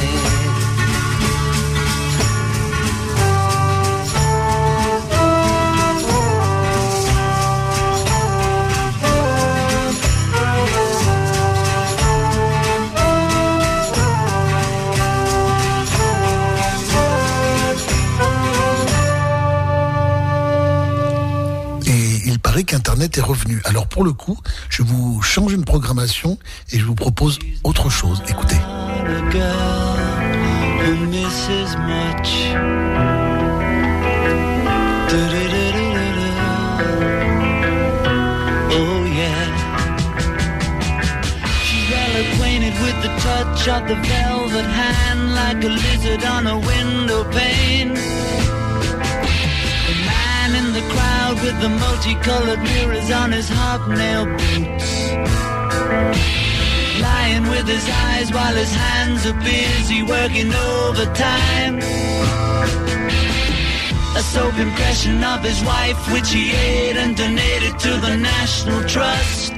qu'Internet est revenu. Alors pour le coup, je vous change une programmation et je vous propose autre chose. Écoutez. Oh yeah. She's well acquainted with the touch of the velvet hand, like a lizard on a window pane. The man in the crowd with the multicolored mirrors on his hobnail boots, lying with his eyes while his hands are busy working overtime. A soap impression of his wife, which he ate and donated to the National Trust.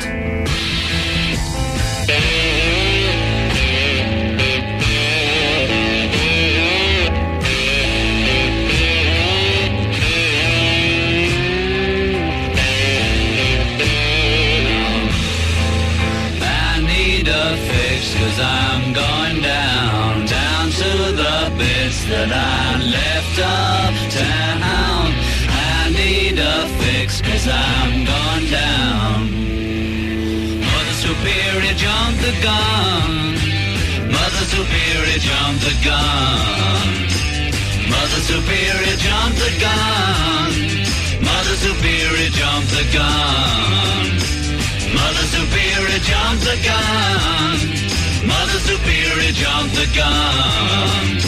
I need a fix, 'cause I'm going down, down to the bits that I left uptown. I need a fix, 'cause I'm gone down. Mother Superior jumped the gun. Mother Superior jumped the gun. Mother Superior jumped the gun. Mother Superior jumped the gun. Mother Superior jumped the gun. Mother Superior jumped the gun.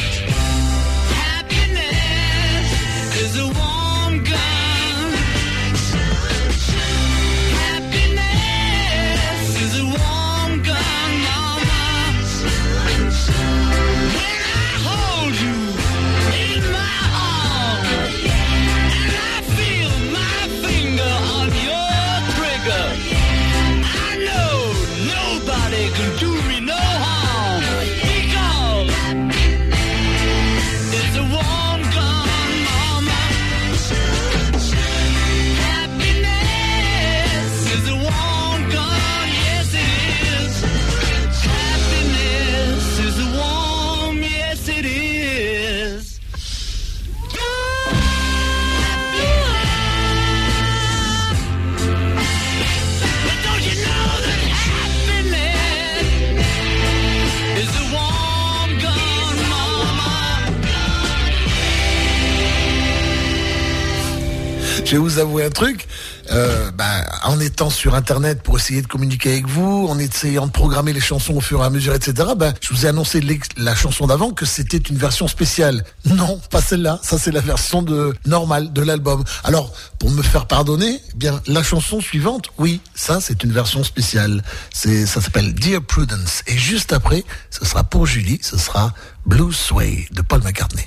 Happiness is a warm gun. Happiness is a warm gun, mama. When I hold you in my arms and I feel my finger on your trigger, I know nobody can do me no harm, because it's a warm gun, mama. Je vais vous avouer un truc. En étant sur Internet pour essayer de communiquer avec vous, en essayant de programmer les chansons au fur et à mesure, etc., je vous ai annoncé la chanson d'avant que c'était une version spéciale. Non, pas celle-là. Ça, c'est la version normale de l'album. Alors, pour me faire pardonner, la chanson suivante, oui, ça, c'est une version spéciale. Ça s'appelle Dear Prudence. Et juste après, ce sera pour Julie, ce sera Blue Sway de Paul McCartney.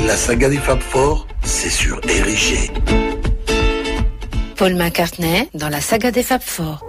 La saga des Fab Four, c'est sur RIG. Paul McCartney dans la saga des Fab Four.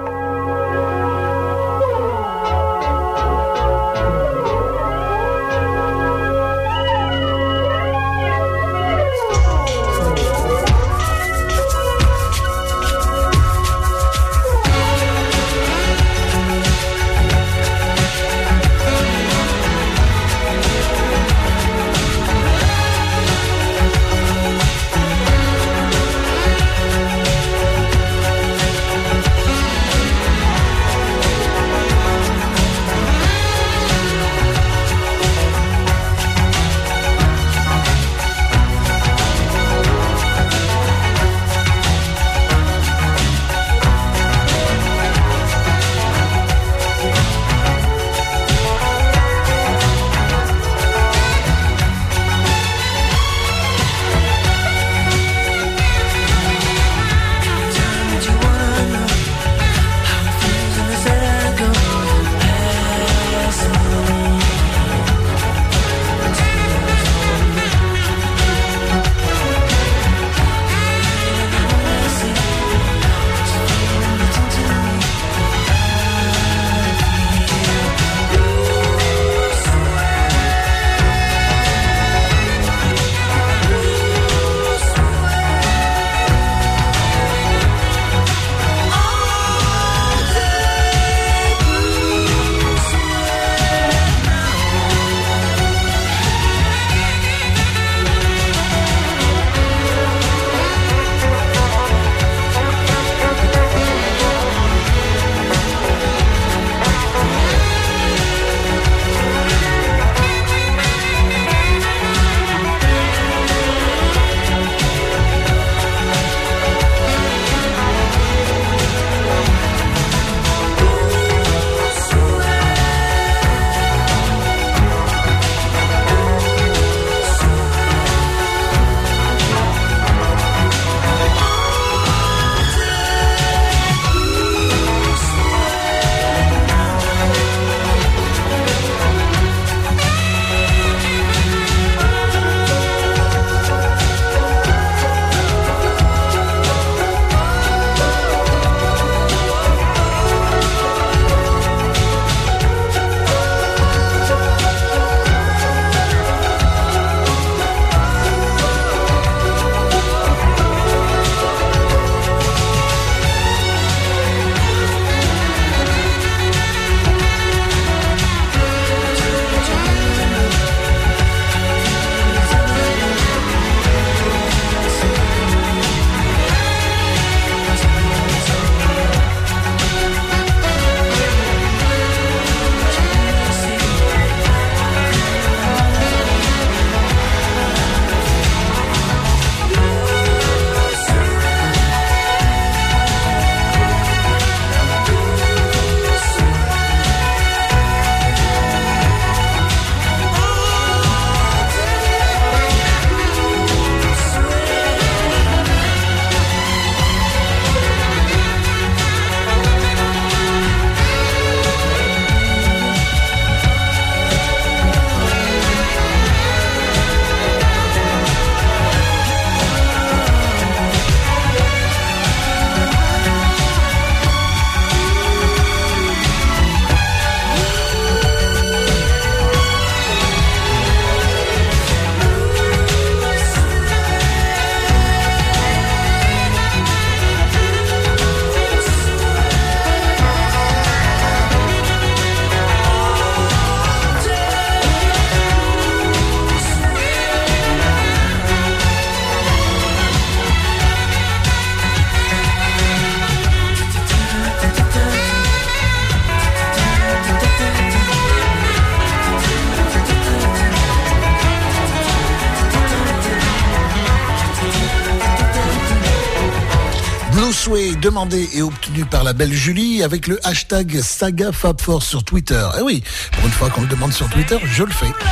Sway, demandé et obtenu par la belle Julie avec le hashtag SagaFabForce sur Twitter. Et oui, pour une fois qu'on le demande sur Twitter, je le fais.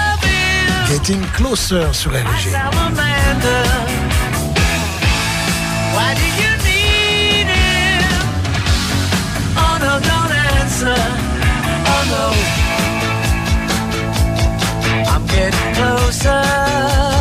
Getting Closer sur RG. Why do you need it? Oh no, don't answer. Oh no, I'm getting closer.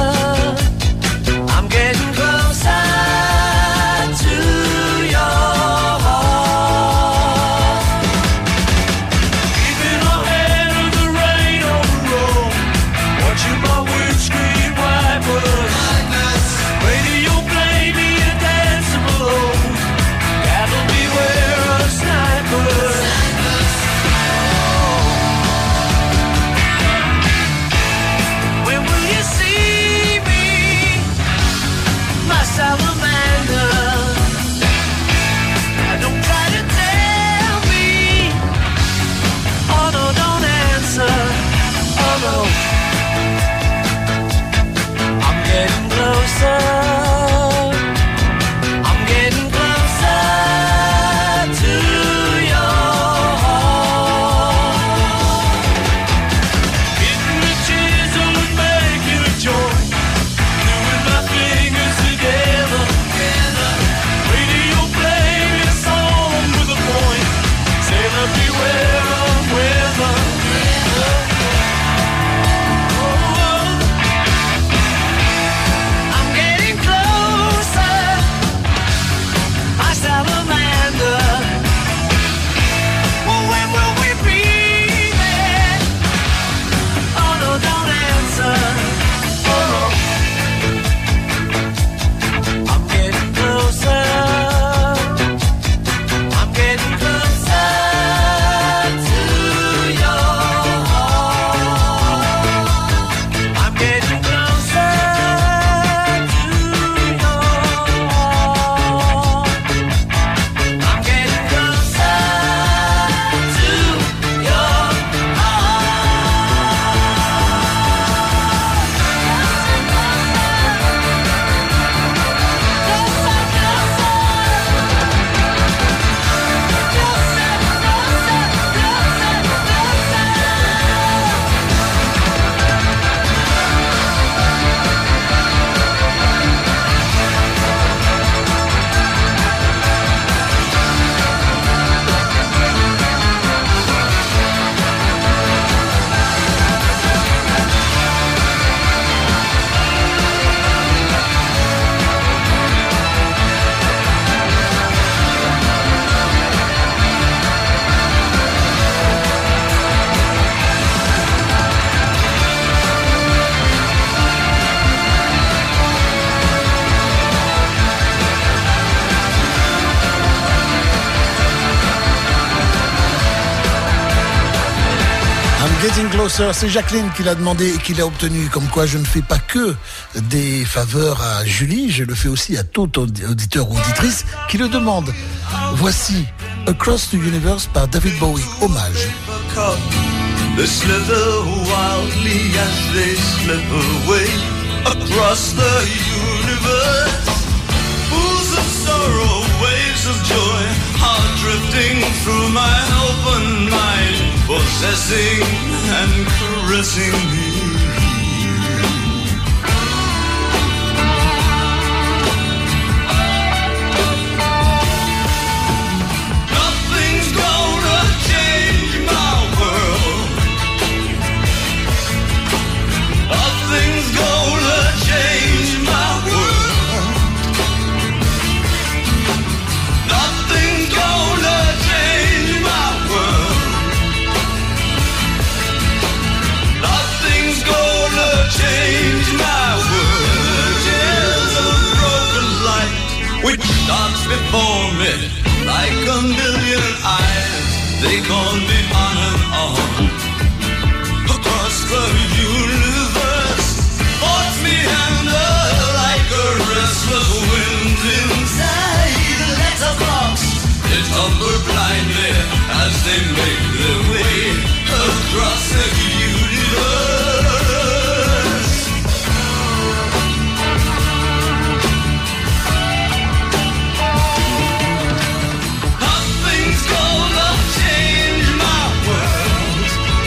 Getting Closer, c'est Jacqueline qui l'a demandé et qui l'a obtenu. Comme quoi, je ne fais pas que des faveurs à Julie, je le fais aussi à tout auditeur ou auditrice qui le demande. Voici Across the Universe par David Bowie, hommage. They slither wildly as they slip away across the universe. Pools of sorrow, waves of joy are drifting through my open mind, possessing and caressing me. Nothing's gonna change my world. Nothing's gonna change my world. Nothing's gonna change my world. Nothing's gonna change my world. There's a broken light which starts before me like a million eyes. They call me on and on across the universe. Force me under like a restless wind inside the letterbox. They tumble blindly as they make their way across the universe. Nothing's gonna change my world.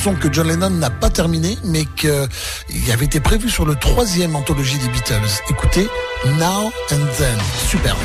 chanson que John Lennon n'a pas terminée, mais qui avait été prévue sur le 3e anthologie des Beatles. Écoutez, Now and Then. Superbe.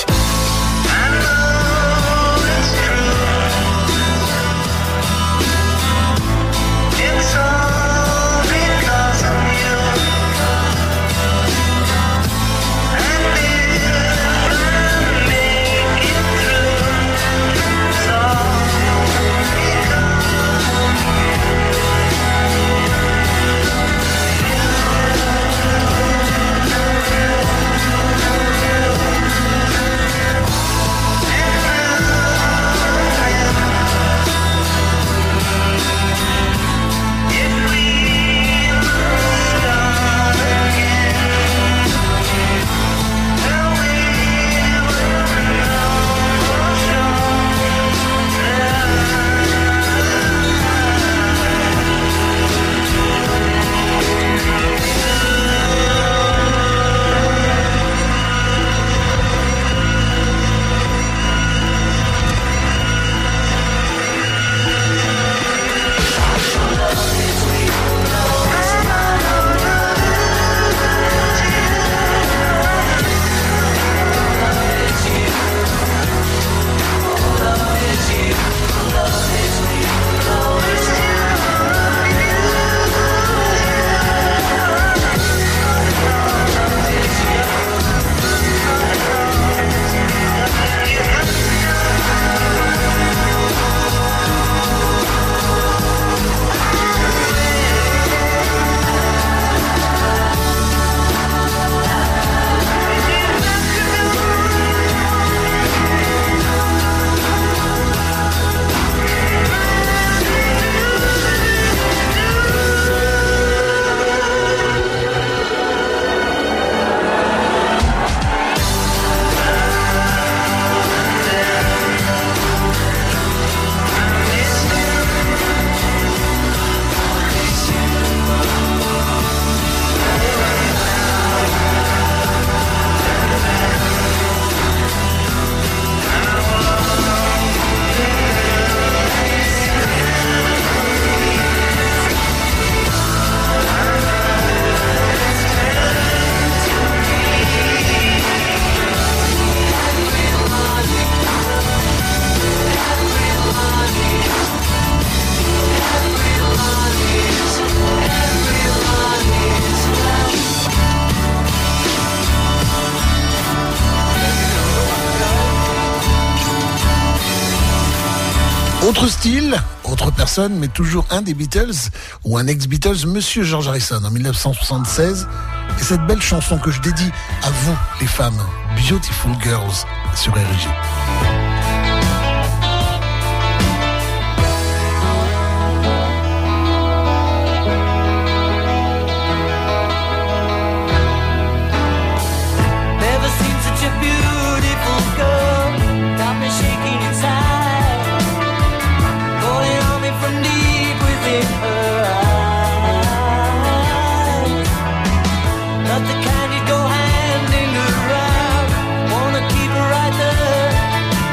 Autre style, autre personne, mais toujours un des Beatles, ou un ex-Beatles, Monsieur George Harrison, en 1976. Et cette belle chanson que je dédie à vous, les femmes, Beautiful Girls, sur RG. The kind you go handing around, wanna keep her right there.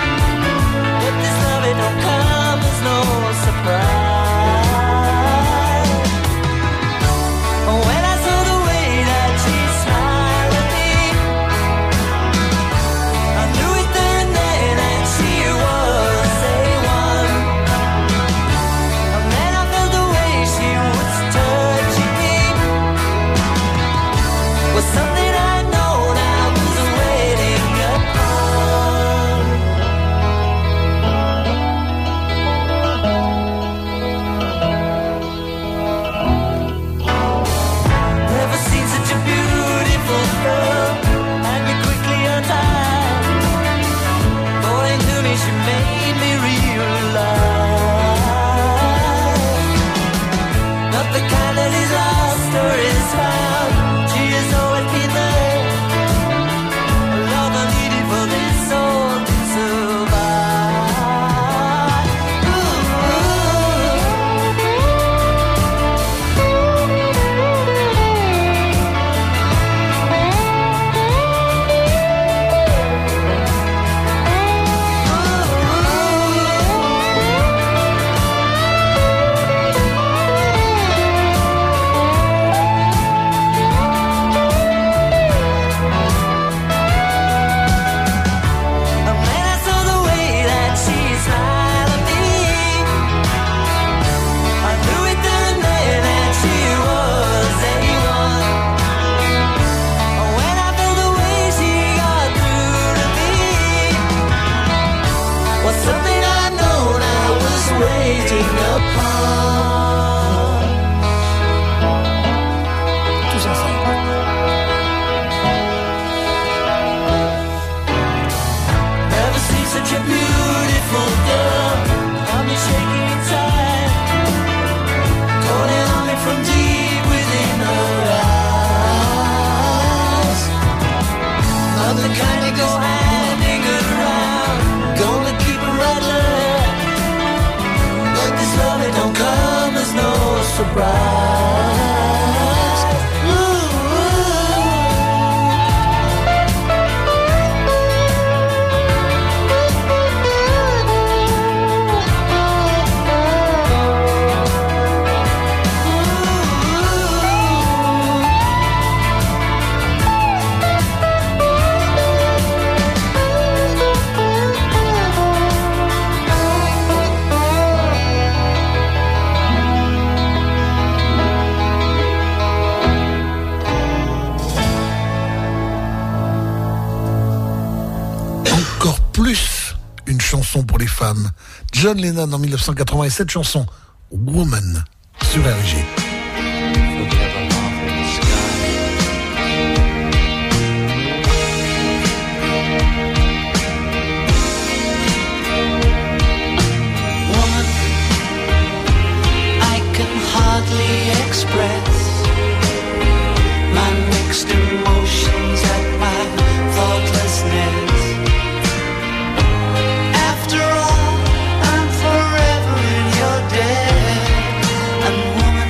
chanson pour les femmes. John Lennon en 1987, chanson Woman sur RG. Hardly express my mixed emotions at my thoughtlessness. After all, I'm forever in your debt. And woman,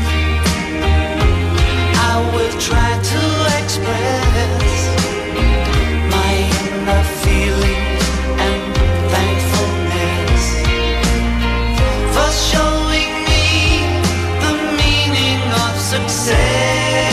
I will try to express my inner feelings and thankfulness for showing success.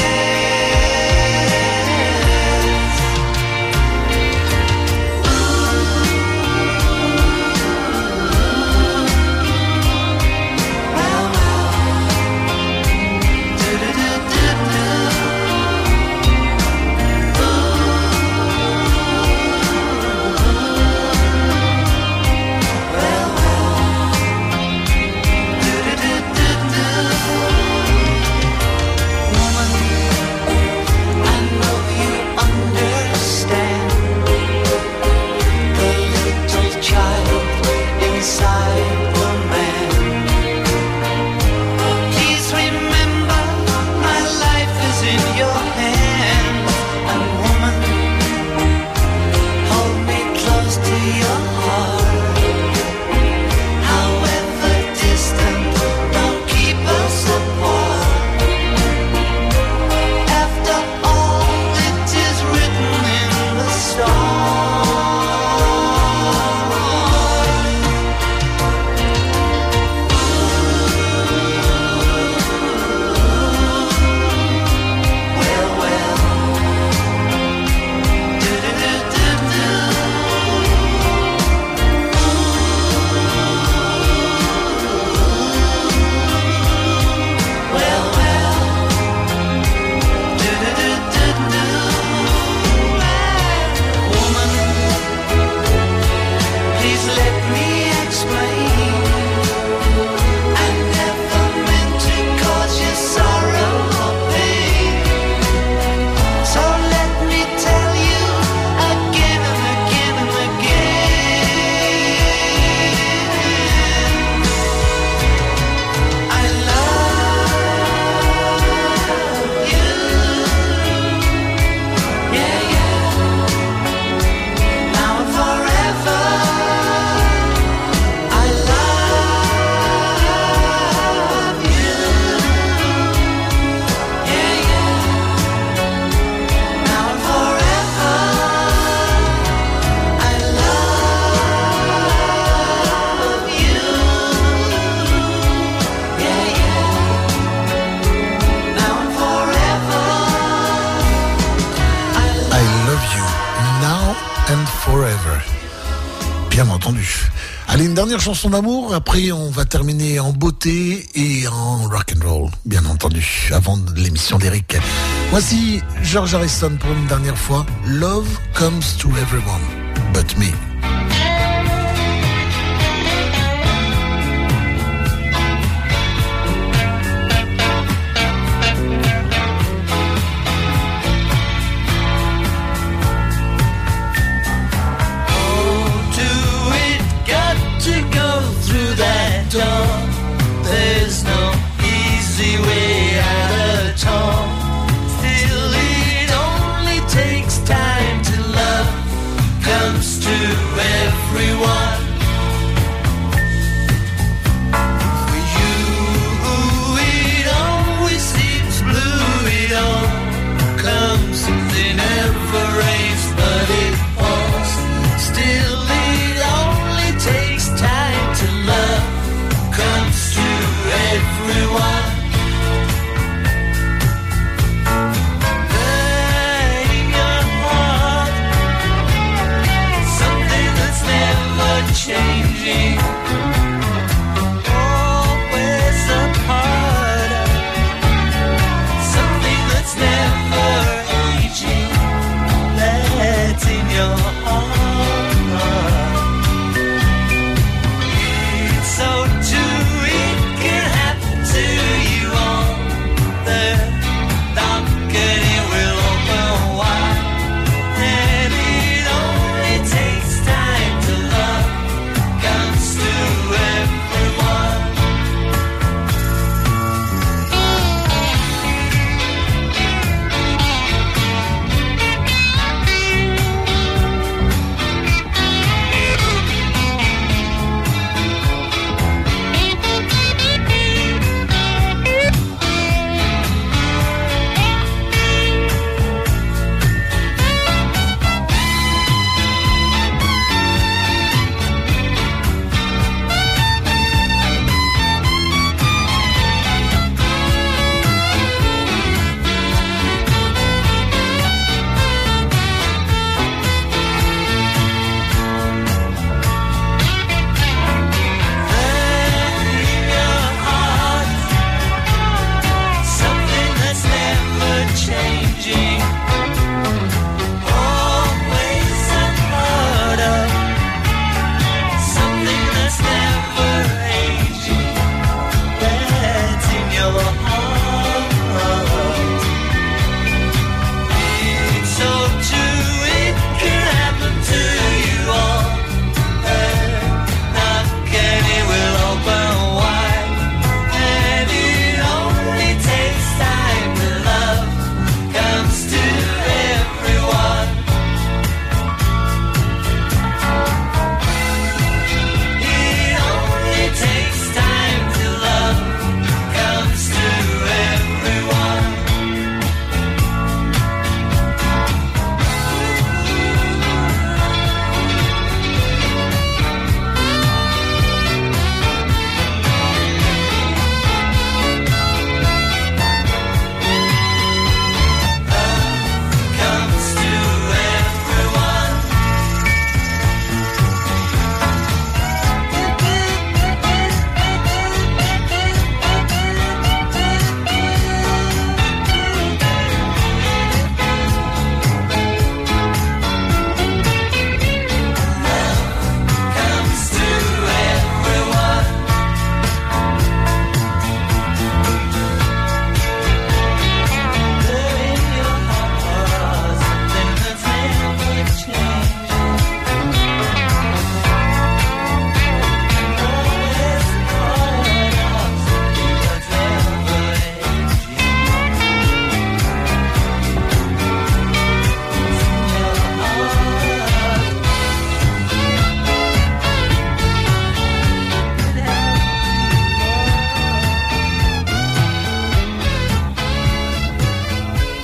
Allez, une dernière chanson d'amour, après on va terminer en beauté et en rock'n'roll, bien entendu, avant l'émission d'Eric. Voici George Harrison pour une dernière fois. Love comes to everyone, but me. There's no easy way out at all. Still, it only takes time till love comes to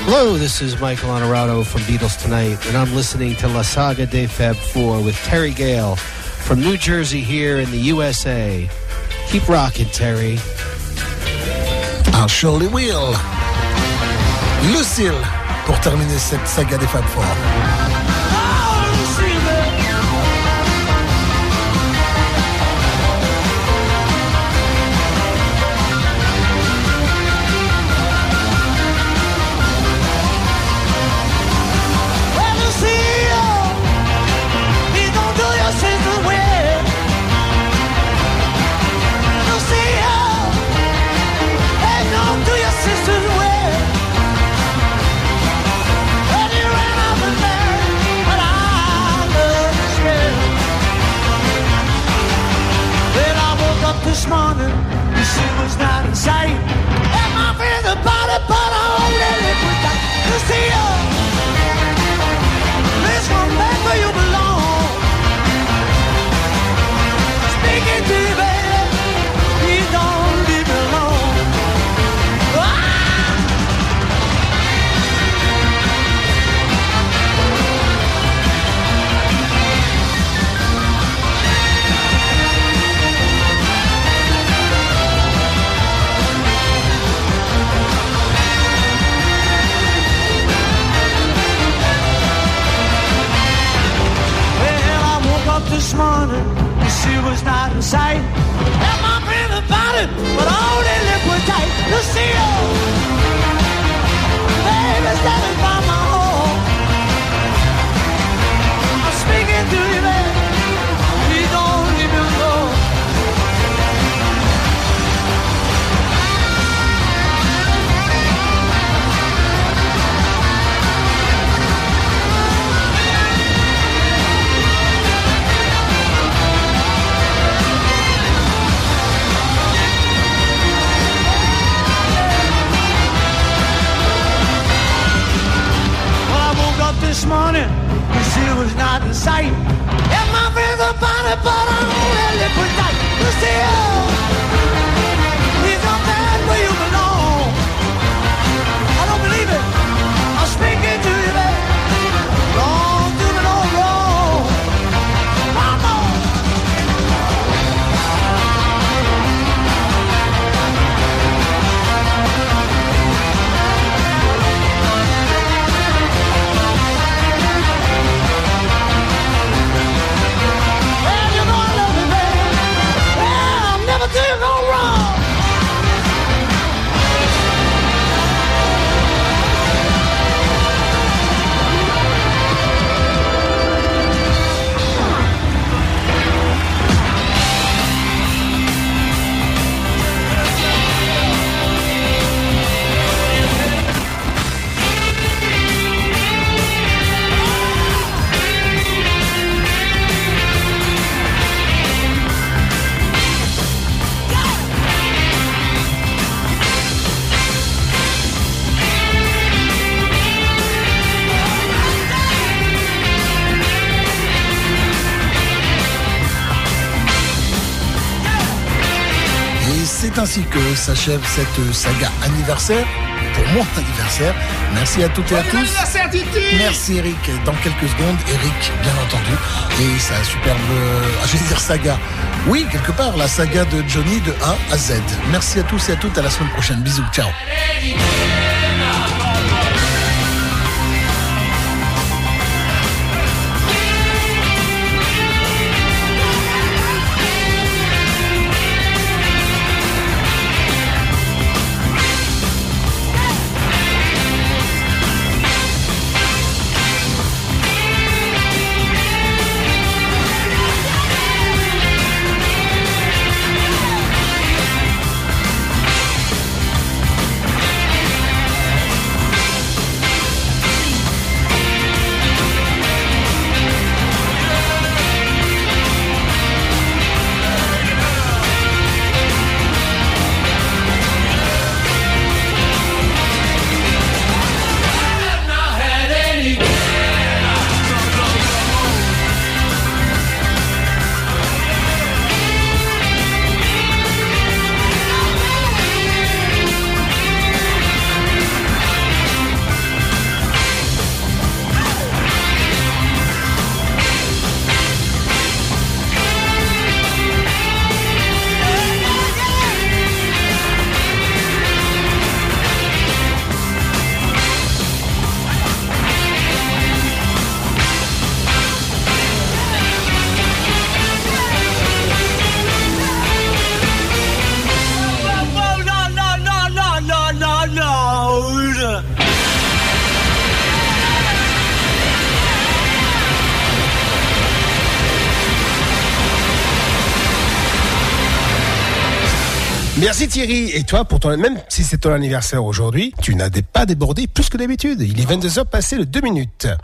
Hello, this is Michael Honorado from Beatles Tonight, and I'm listening to La Saga de Fab 4 with Terry Gale from New Jersey here in the USA. Keep rocking, Terry. I surely will. Lucille, pour terminer cette saga des Fab 4. This morning, the sun was not in sight. And my friend about it, but I only live with that. Lucia, let's come back where you belong. Speaking to you, baby, you don't leave me alone. This morning, the sea was not in sight. And my friend about it, but only lip was tight. Lucia, baby, standing by my home. I'm speaking to you, baby. You don't leave me alone. This morning, the sea was not in sight. And my friends about it, but I only live with night. Lucia, he's not back where you belong. I don't believe it. I'm speaking to you, baby. Wrong, do it all wrong. Come on. Never go wrong. C'est ainsi que s'achève cette saga anniversaire, pour mon anniversaire. Merci à toutes et à tous. Merci Eric. Dans quelques secondes, Eric, bien entendu. Et sa superbe, je vais dire saga. Oui, quelque part, la saga de Johnny de A à Z. Merci à tous et à toutes. À la semaine prochaine. Bisous. Ciao. Merci Thierry. Et toi, même si c'est ton anniversaire aujourd'hui, tu n'as pas débordé plus que d'habitude. Il est 22h passé de 2 minutes.